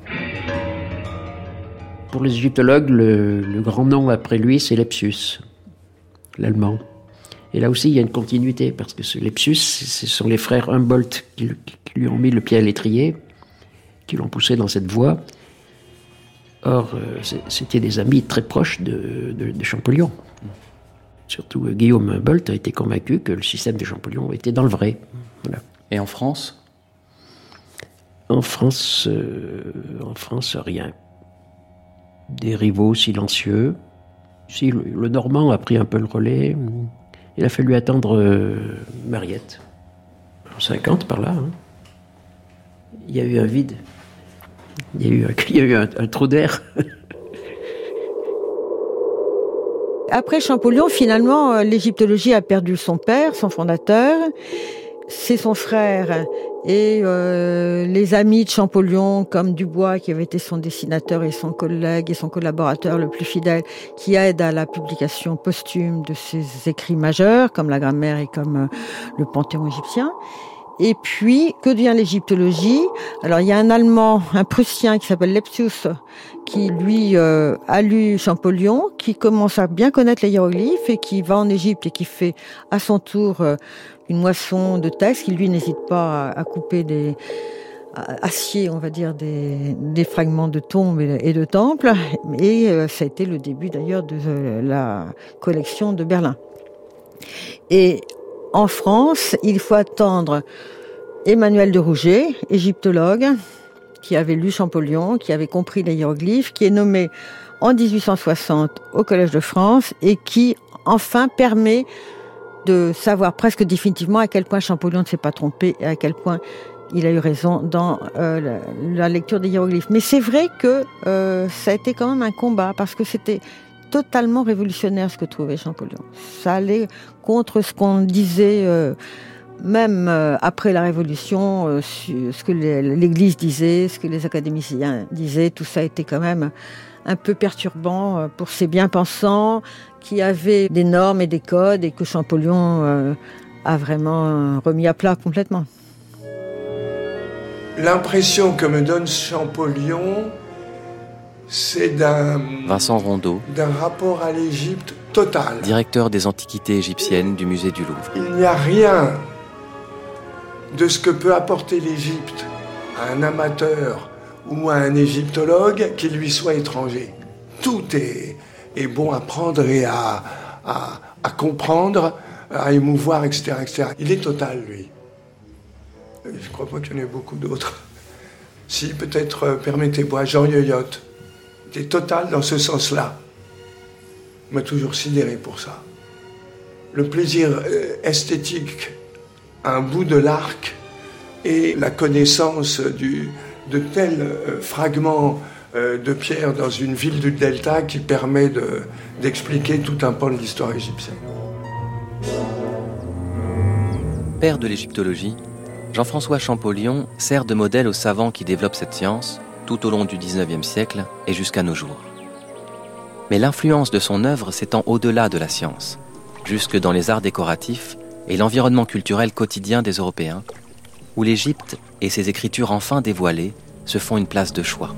Pour les égyptologues, le grand nom après lui, c'est Lepsius, l'allemand. Et là aussi, il y a une continuité, parce que ce Lepsius, ce sont les frères Humboldt qui lui ont mis le pied à l'étrier, qui l'ont poussé dans cette voie. Or, c'était des amis très proches de Champollion. Surtout Guillaume Humboldt a été convaincu que le système de Champollion était dans le vrai. Voilà. Et en France ? En France, rien. Des rivaux silencieux. Si, le Normand a pris un peu le relais. Il a fallu attendre Mariette. En 50, par là. Hein. Il y a eu un vide. Il y a eu un trou d'air. Après Champollion, finalement, l'égyptologie a perdu son père, son fondateur. C'est son frère et les amis de Champollion, comme Dubois, qui avait été son dessinateur et son collègue et son collaborateur le plus fidèle, qui aident à la publication posthume de ses écrits majeurs, comme la grammaire et comme le Panthéon égyptien. Et puis, que devient l'égyptologie ? Alors, il y a un Allemand, un Prussien qui s'appelle Lepsius, qui, lui, a lu Champollion, qui commence à bien connaître les hiéroglyphes et qui va en Égypte et qui fait, à son tour, une moisson de textes, qui, lui, n'hésite pas à couper à scier, on va dire, des fragments de tombes et de temples. Et ça a été le début, d'ailleurs, de la collection de Berlin. Et En France, il faut attendre Emmanuel de Rouget, égyptologue, qui avait lu Champollion, qui avait compris les hiéroglyphes, qui est nommé en 1860 au Collège de France et qui, enfin, permet de savoir presque définitivement à quel point Champollion ne s'est pas trompé et à quel point il a eu raison dans la lecture des hiéroglyphes. Mais c'est vrai que ça a été quand même un combat, parce que c'était totalement révolutionnaire ce que trouvait Champollion. Ça allait contre ce qu'on disait, même après la Révolution, ce que l'Église disait, ce que les académiciens disaient. Tout ça était quand même un peu perturbant pour ces bien-pensants qui avaient des normes et des codes, et que Champollion a vraiment remis à plat complètement. L'impression que me donne Champollion, c'est Vincent Rondeau, d'un rapport à l'Égypte total. Directeur des antiquités égyptiennes du musée du Louvre. Il n'y a rien de ce que peut apporter l'Égypte à un amateur ou à un égyptologue qui lui soit étranger. Tout est bon à prendre et à comprendre, à émouvoir, etc., etc. Il est total, lui. Je ne crois pas qu'il y en ait beaucoup d'autres. Si, peut-être, permettez-moi, Jean Yoyotte était total dans ce sens-là. Il m'a toujours sidéré pour ça. Le plaisir esthétique à un bout de l'arc et la connaissance de tels fragments de pierre dans une ville du Delta qui permet d'expliquer tout un pan de l'histoire égyptienne. Père de l'égyptologie, Jean-François Champollion sert de modèle aux savants qui développent cette science tout au long du XIXe siècle et jusqu'à nos jours. Mais l'influence de son œuvre s'étend au-delà de la science, jusque dans les arts décoratifs et l'environnement culturel quotidien des Européens, où l'Égypte et ses écritures enfin dévoilées se font une place de choix.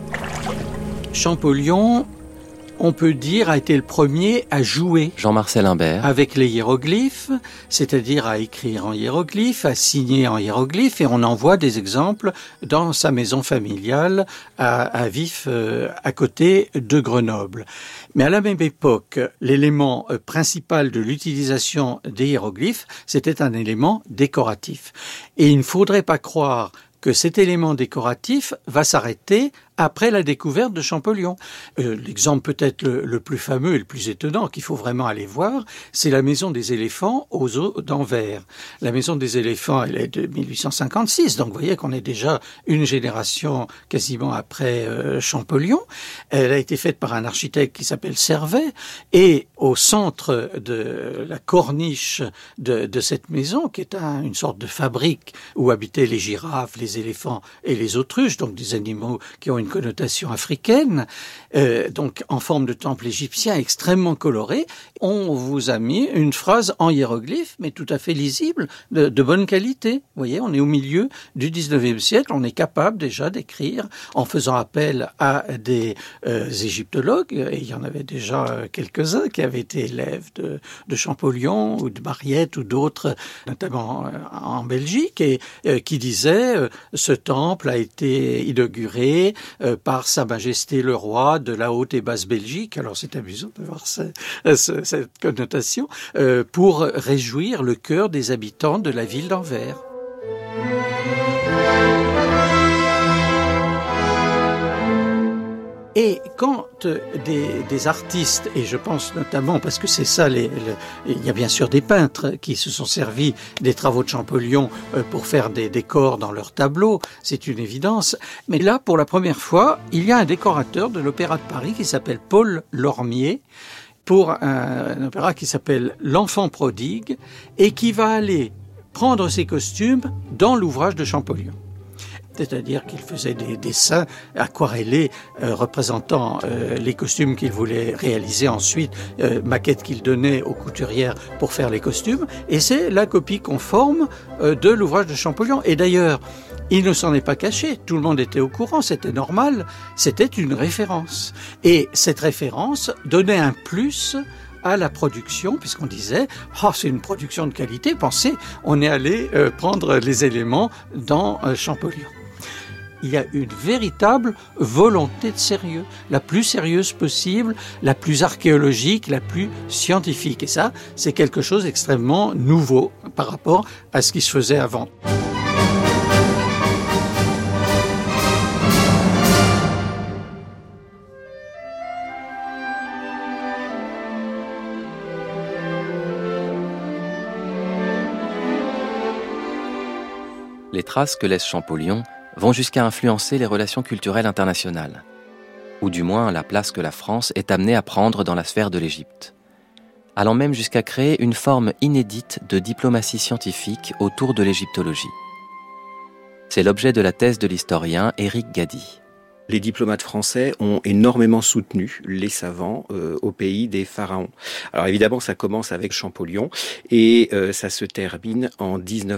Champollion, on peut dire, a été le premier à jouer Jean-Marcel Imbert avec les hiéroglyphes, c'est-à-dire à écrire en hiéroglyphes, à signer en hiéroglyphes, et on en voit des exemples dans sa maison familiale à Vif, à côté de Grenoble. Mais à la même époque, l'élément principal de l'utilisation des hiéroglyphes, c'était un élément décoratif. Et il ne faudrait pas croire que cet élément décoratif va s'arrêter après la découverte de Champollion. L'exemple peut-être le plus fameux et le plus étonnant qu'il faut vraiment aller voir, c'est la Maison des éléphants aux eaux d'Anvers. La Maison des éléphants, elle est de 1856, donc vous voyez qu'on est déjà une génération quasiment après Champollion. Elle a été faite par un architecte qui s'appelle Servet, et au centre de la corniche de cette maison, qui est une sorte de fabrique où habitaient les girafes, les éléphants et les autruches, donc des animaux qui ont une connotation africaine, donc en forme de temple égyptien extrêmement coloré, on vous a mis une phrase en hiéroglyphe, mais tout à fait lisible, de bonne qualité. Vous voyez, on est au milieu du 19e siècle, on est capable déjà d'écrire en faisant appel à des égyptologues, et il y en avait déjà quelques-uns qui avaient été élèves de Champollion ou de Mariette ou d'autres, notamment en Belgique, et qui disaient ce temple a été inauguré par Sa Majesté le Roi de la Haute et Basse Belgique. Alors c'est amusant de voir cette connotation, pour réjouir le cœur des habitants de la ville d'Anvers. Et quand des artistes, et je pense notamment, parce que c'est ça, il y a bien sûr des peintres qui se sont servis des travaux de Champollion pour faire des décors dans leurs tableaux, c'est une évidence. Mais là, pour la première fois, il y a un décorateur de l'Opéra de Paris qui s'appelle Paul Lormier, pour un opéra qui s'appelle L'Enfant prodigue, et qui va aller prendre ses costumes dans l'ouvrage de Champollion. C'est-à-dire qu'il faisait des dessins aquarellés représentant les costumes qu'il voulait réaliser ensuite, maquettes qu'il donnait aux couturières pour faire les costumes, et c'est la copie conforme de l'ouvrage de Champollion. Et d'ailleurs, il ne s'en est pas caché, tout le monde était au courant, c'était normal, c'était une référence. Et cette référence donnait un plus à la production, puisqu'on disait « Oh, c'est une production de qualité, pensez, on est allé prendre les éléments dans Champollion ». il y a une véritable volonté de sérieux, la plus sérieuse possible, la plus archéologique, la plus scientifique. Et ça, c'est quelque chose d'extrêmement nouveau par rapport à ce qui se faisait avant. Les traces que laisse Champollion vont jusqu'à influencer les relations culturelles internationales, ou du moins la place que la France est amenée à prendre dans la sphère de l'Égypte, allant même jusqu'à créer une forme inédite de diplomatie scientifique autour de l'égyptologie. C'est l'objet de la thèse de l'historien Éric Gady. Les diplomates français ont énormément soutenu les savants au pays des pharaons. Alors évidemment, ça commence avec Champollion et ça se termine en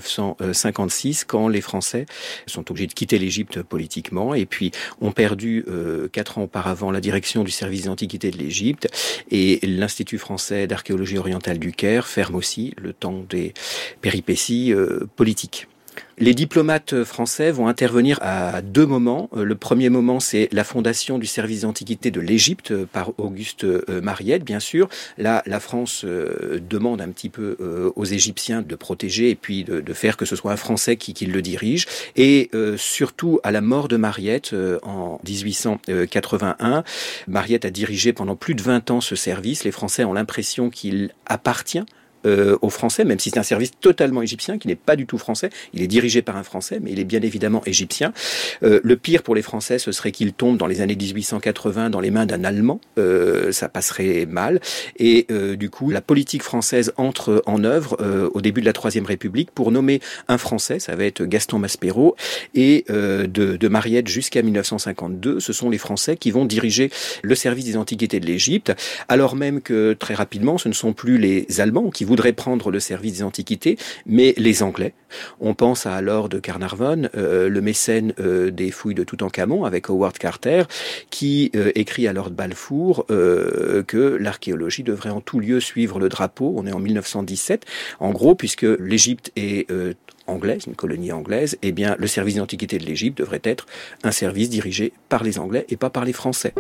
1956 quand les Français sont obligés de quitter l'Égypte politiquement et puis ont perdu 4 ans auparavant la direction du service des antiquités de l'Égypte et l'Institut français d'archéologie orientale du Caire ferme aussi le temps des péripéties politiques. Les diplomates français vont intervenir à 2 moments. Le premier moment, c'est la fondation du service d'antiquité de l'Égypte par Auguste Mariette, bien sûr. Là, la France demande un petit peu aux Égyptiens de protéger et puis de faire que ce soit un Français qui le dirige. Et surtout, à la mort de Mariette en 1881, Mariette a dirigé pendant plus de 20 ans ce service. Les Français ont l'impression qu'il appartient aux Français, même si c'est un service totalement égyptien, qui n'est pas du tout français. Il est dirigé par un Français, mais il est bien évidemment égyptien. Le pire pour les Français, ce serait qu'il tombe dans les années 1880 dans les mains d'un Allemand. Ça passerait mal. Et du coup, la politique française entre en œuvre au début de la Troisième République pour nommer un Français, ça va être Gaston Maspero, et de Mariette jusqu'à 1952, ce sont les Français qui vont diriger le service des antiquités de l'Égypte, alors même que très rapidement, ce ne sont plus les Allemands qui voudraient prendre le service des antiquités, mais les Anglais. On pense à Lord Carnarvon, le mécène des fouilles de Toutankhamon, avec Howard Carter, qui écrit à Lord Balfour que l'archéologie devrait en tout lieu suivre le drapeau. On est en 1917. En gros, puisque l'Égypte est anglaise, une colonie anglaise, eh bien, le service des antiquités de l'Égypte devrait être un service dirigé par les Anglais et pas par les Français.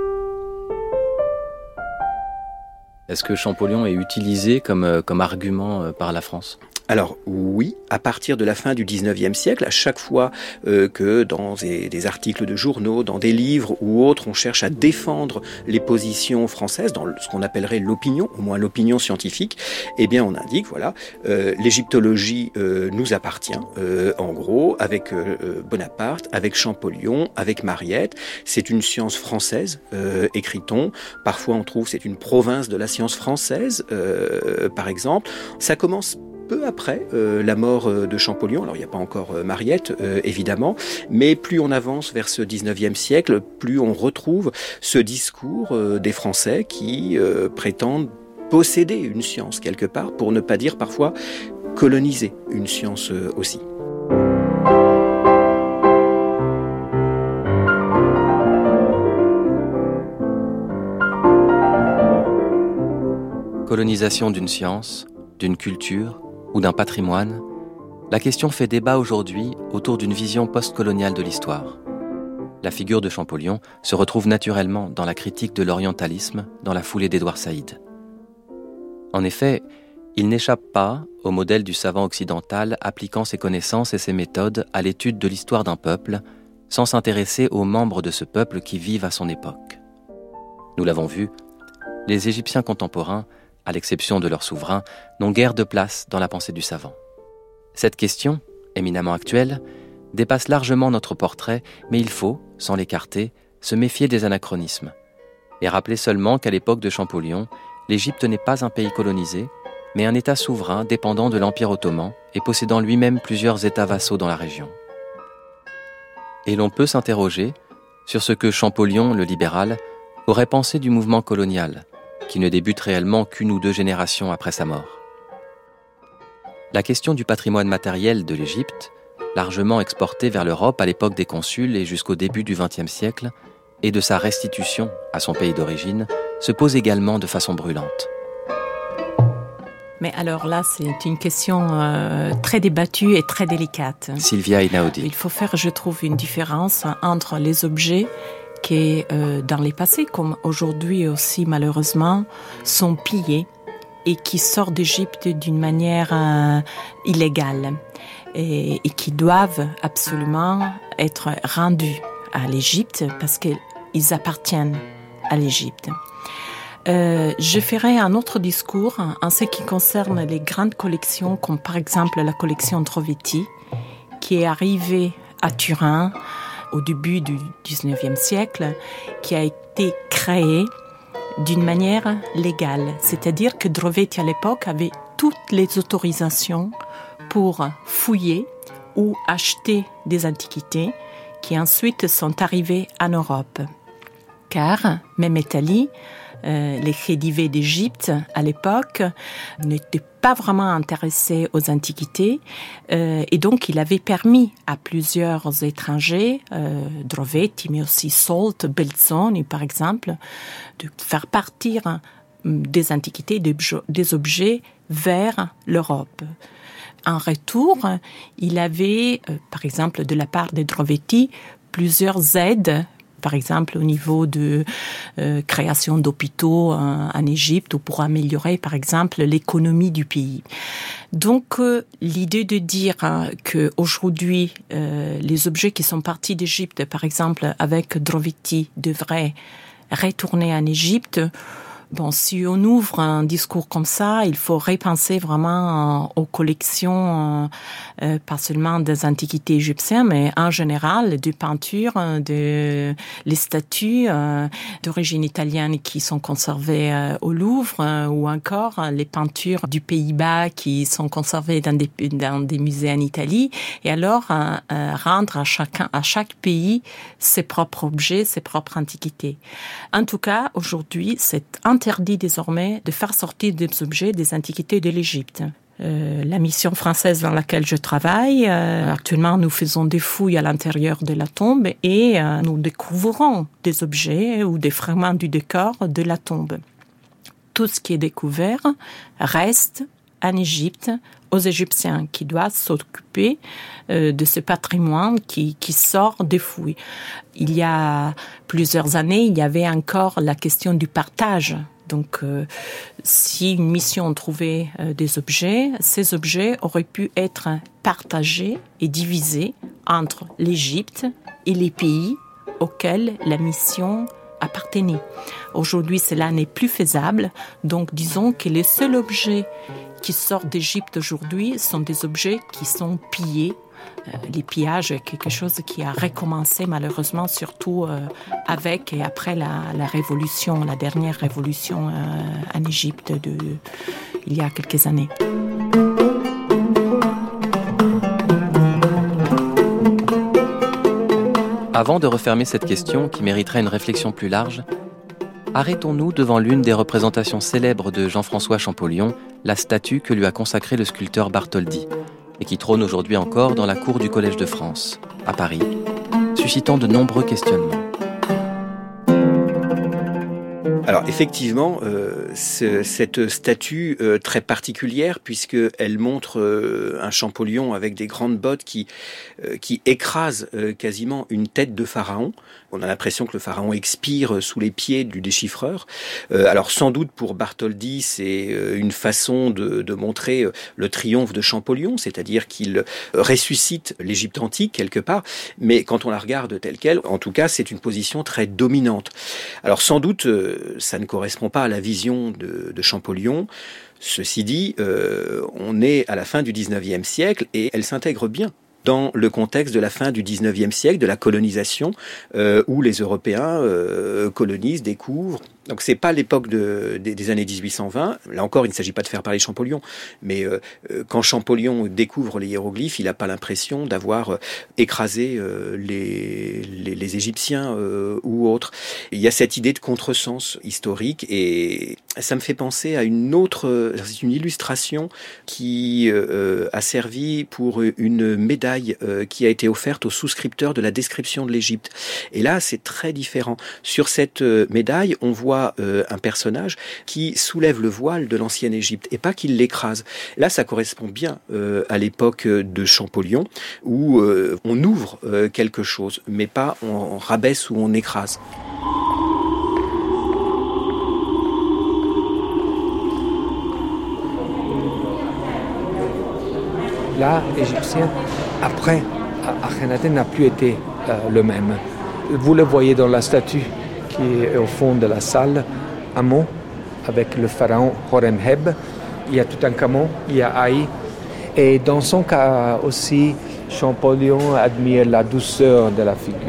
Est-ce que Champollion est utilisé comme argument par la France ? Alors oui, à partir de la fin du 19e siècle, à chaque fois que dans des articles de journaux, dans des livres ou autres, on cherche à défendre les positions françaises dans ce qu'on appellerait l'opinion, au moins l'opinion scientifique, eh bien on indique, voilà, l'égyptologie nous appartient, en gros, avec Bonaparte, avec Champollion, avec Mariette. C'est une science française, écrit-on. Parfois on trouve c'est une province de la science française, par exemple. Ça commence peu après la mort de Champollion. Alors il n'y a pas encore Mariette, évidemment, mais plus on avance vers ce 19e siècle, plus on retrouve ce discours des Français qui prétendent posséder une science quelque part, pour ne pas dire parfois coloniser une science aussi. Colonisation d'une science, d'une culture ou d'un patrimoine, la question fait débat aujourd'hui autour d'une vision postcoloniale de l'histoire. La figure de Champollion se retrouve naturellement dans la critique de l'orientalisme dans la foulée d'Édouard Saïd. En effet, il n'échappe pas au modèle du savant occidental appliquant ses connaissances et ses méthodes à l'étude de l'histoire d'un peuple, sans s'intéresser aux membres de ce peuple qui vivent à son époque. Nous l'avons vu, les Égyptiens contemporains, à l'exception de leur souverain, n'ont guère de place dans la pensée du savant. Cette question, éminemment actuelle, dépasse largement notre portrait, mais il faut, sans l'écarter, se méfier des anachronismes, et rappeler seulement qu'à l'époque de Champollion, l'Égypte n'est pas un pays colonisé, mais un État souverain dépendant de l'Empire ottoman et possédant lui-même plusieurs États vassaux dans la région. Et l'on peut s'interroger sur ce que Champollion, le libéral, aurait pensé du mouvement colonial, qui ne débute réellement qu'1 ou 2 générations après sa mort. La question du patrimoine matériel de l'Égypte, largement exporté vers l'Europe à l'époque des consuls et jusqu'au début du XXe siècle, et de sa restitution à son pays d'origine, se pose également de façon brûlante. Mais alors là, c'est une question très débattue et très délicate. Sylvia Einaudi. Il faut faire, je trouve, une différence entre les objets qui, dans les passés, comme aujourd'hui aussi malheureusement, sont pillés et qui sortent d'Égypte d'une manière illégale et qui doivent absolument être rendus à l'Égypte parce qu'ils appartiennent à l'Égypte. Je ferai un autre discours en ce qui concerne les grandes collections, comme par exemple la collection Drovetti, qui est arrivée à Turin au début du 19e siècle, qui a été créée d'une manière légale. C'est-à-dire que Drovetti, à l'époque, avait toutes les autorisations pour fouiller ou acheter des antiquités qui ensuite sont arrivées en Europe. Car Mehmet Ali, les khedives d'Égypte à l'époque, n'étaient pas vraiment intéressés aux antiquités et donc il avait permis à plusieurs étrangers, Drovetti mais aussi Solt, Belzoni par exemple, de faire partir des antiquités, des objets vers l'Europe. En retour, il avait, par exemple, de la part de Drovetti, plusieurs aides, par exemple au niveau de création d'hôpitaux en Égypte ou pour améliorer, par exemple, l'économie du pays. Donc, l'idée de dire qu'aujourd'hui, les objets qui sont partis d'Égypte, par exemple, avec Drovetti, devraient retourner en Égypte. Bon, si on ouvre un discours comme ça, il faut repenser vraiment aux collections, pas seulement des antiquités égyptiennes, mais en général des peintures, les statues d'origine italienne qui sont conservées au Louvre, ou encore les peintures du Pays-Bas qui sont conservées dans des musées en Italie. Et alors rendre à chaque pays ses propres objets, ses propres antiquités. En tout cas, aujourd'hui, c'est interdit désormais de faire sortir des objets, des antiquités de l'Égypte. La mission française dans laquelle je travaille, actuellement nous faisons des fouilles à l'intérieur de la tombe et nous découvrons des objets ou des fragments du décor de la tombe. Tout ce qui est découvert reste en Égypte, aux Égyptiens qui doivent s'occuper de ce patrimoine qui sort des fouilles. Il y a plusieurs années, il y avait encore la question du partage. Donc, si une mission trouvait des objets, ces objets auraient pu être partagés et divisés entre l'Égypte et les pays auxquels la mission appartenait. Aujourd'hui, cela n'est plus faisable. Donc, disons que les seuls objets qui sortent d'Égypte aujourd'hui sont des objets qui sont pillés. Les pillages est quelque chose qui a recommencé malheureusement, surtout avec et après la révolution, la dernière révolution en Égypte il y a quelques années. Avant de refermer cette question qui mériterait une réflexion plus large, arrêtons-nous devant l'une des représentations célèbres de Jean-François Champollion, la statue que lui a consacrée le sculpteur Bartholdi, et qui trône aujourd'hui encore dans la cour du Collège de France, à Paris, suscitant de nombreux questionnements. Alors effectivement, cette statue très particulière, puisqu'elle montre un Champollion avec des grandes bottes qui écrase quasiment une tête de pharaon. On a l'impression que le pharaon expire sous les pieds du déchiffreur. Alors sans doute pour Bartholdi, c'est une façon de montrer le triomphe de Champollion, c'est-à-dire qu'il ressuscite l'Égypte antique quelque part, mais quand on la regarde telle qu'elle, en tout cas, c'est une position très dominante. Alors sans doute, ça ne correspond pas à la vision de Champollion. Ceci dit, on est à la fin du 19e siècle et elle s'intègre bien dans le contexte de la fin du 19e siècle, de la colonisation, où les Européens colonisent, découvrent. Donc c'est pas l'époque des années 1820. Là encore, il ne s'agit pas de faire parler Champollion, mais quand Champollion découvre les hiéroglyphes, il n'a pas l'impression d'avoir écrasé les Égyptiens ou autres. Il y a cette idée de contresens historique et ça me fait penser à une illustration qui a servi pour une médaille qui a été offerte aux souscripteurs de la description de l'Égypte. Et là, c'est très différent. Sur cette médaille, on voit voit un personnage qui soulève le voile de l'ancienne Égypte et pas qu'il l'écrase. Là, ça correspond bien à l'époque de Champollion où on ouvre quelque chose, mais pas on rabaisse ou on écrase. L'art égyptien, après Akhenaten, n'a plus été le même. Vous le voyez dans la statue qui est au fond de la salle, Amon, avec le pharaon Horemheb. Il y a Toutankhamon, il y a Haï. Et dans son cas aussi, Champollion admire la douceur de la figure.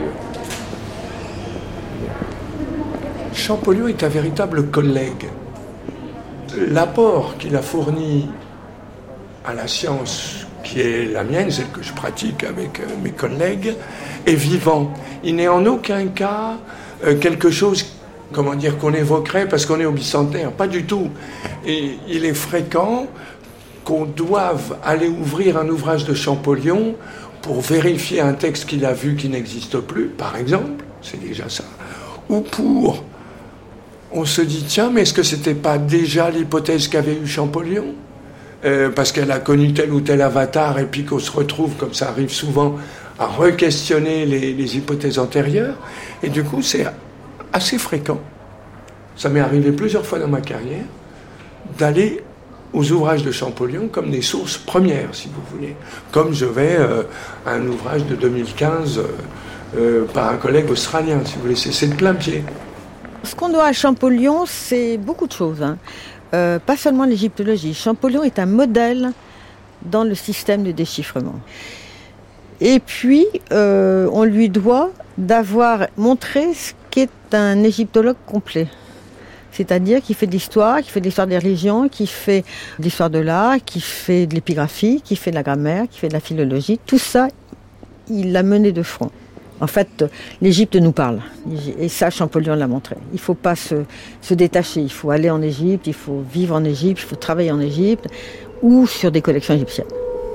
Champollion est un véritable collègue. L'apport qu'il a fourni à la science qui est la mienne, celle que je pratique avec mes collègues, est vivant. Il n'est en aucun cas quelque chose, qu'on évoquerait parce qu'on est au bicentenaire. Pas du tout. Et il est fréquent qu'on doive aller ouvrir un ouvrage de Champollion pour vérifier un texte qu'il a vu qui n'existe plus, par exemple, c'est déjà ça, ou pour... On se dit, tiens, mais est-ce que c'était pas déjà l'hypothèse qu'avait eu Champollion ? Parce qu'elle a connu tel ou tel avatar, et puis qu'on se retrouve, comme ça arrive souvent, à re-questionner les hypothèses antérieures. Et du coup, c'est assez fréquent. Ça m'est arrivé plusieurs fois dans ma carrière d'aller aux ouvrages de Champollion comme des sources premières, si vous voulez. Comme je vais à un ouvrage de 2015 par un collègue australien, si vous voulez. C'est de plein pied. Ce qu'on doit à Champollion, c'est beaucoup de choses. Pas seulement l'égyptologie. Champollion est un modèle dans le système de déchiffrement. Et puis, on lui doit d'avoir montré ce qu'est un égyptologue complet. C'est-à-dire qui fait de l'histoire, qui fait de l'histoire des religions, qui fait de l'histoire de l'art, qui fait de l'épigraphie, qui fait de la grammaire, qui fait de la philologie. Tout ça, il l'a mené de front. En fait, l'Égypte nous parle. Et ça, Champollion l'a montré. Il ne faut pas se détacher. Il faut aller en Égypte, il faut vivre en Égypte, il faut travailler en Égypte ou sur des collections égyptiennes.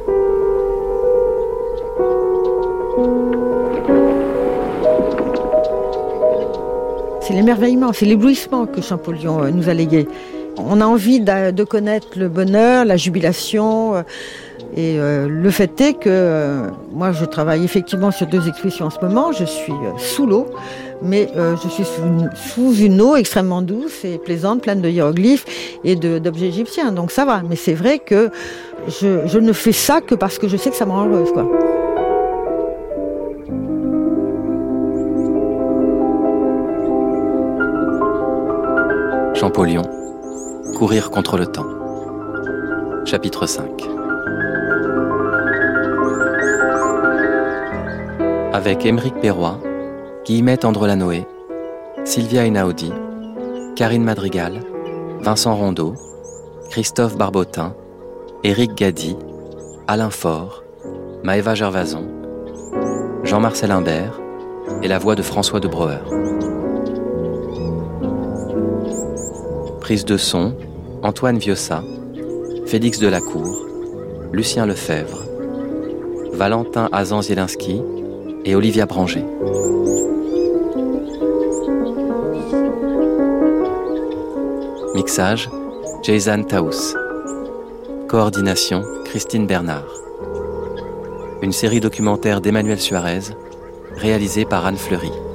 C'est l'émerveillement, c'est l'éblouissement que Champollion nous a légué. On a envie de connaître le bonheur, la jubilation. Et le fait est que moi je travaille effectivement sur 2 expositions en ce moment. Je suis sous l'eau, mais je suis sous une eau extrêmement douce et plaisante, pleine de hiéroglyphes et d'objets égyptiens. Donc ça va, mais c'est vrai que je ne fais ça que parce que je sais que ça me rend heureuse, quoi. Champollion, courir contre le temps. Chapitre 5. Avec Émeric Perroy, Guillemette Andrelanoé, Sylvia Einaudi, Karine Madrigal, Vincent Rondeau, Christophe Barbotin, Éric Gady, Alain Faure, Maëva Gervason, Jean-Marcel Imbert et la voix de François de Brouwer. Prise de son, Antoine Viossa, Félix Delacour, Lucien Lefebvre, Valentin Azan-Zielinski et Olivia Branger. Mixage, Jason Taous. Coordination, Christine Bernard. Une série documentaire d'Emmanuel Suarez, réalisée par Anne Fleury.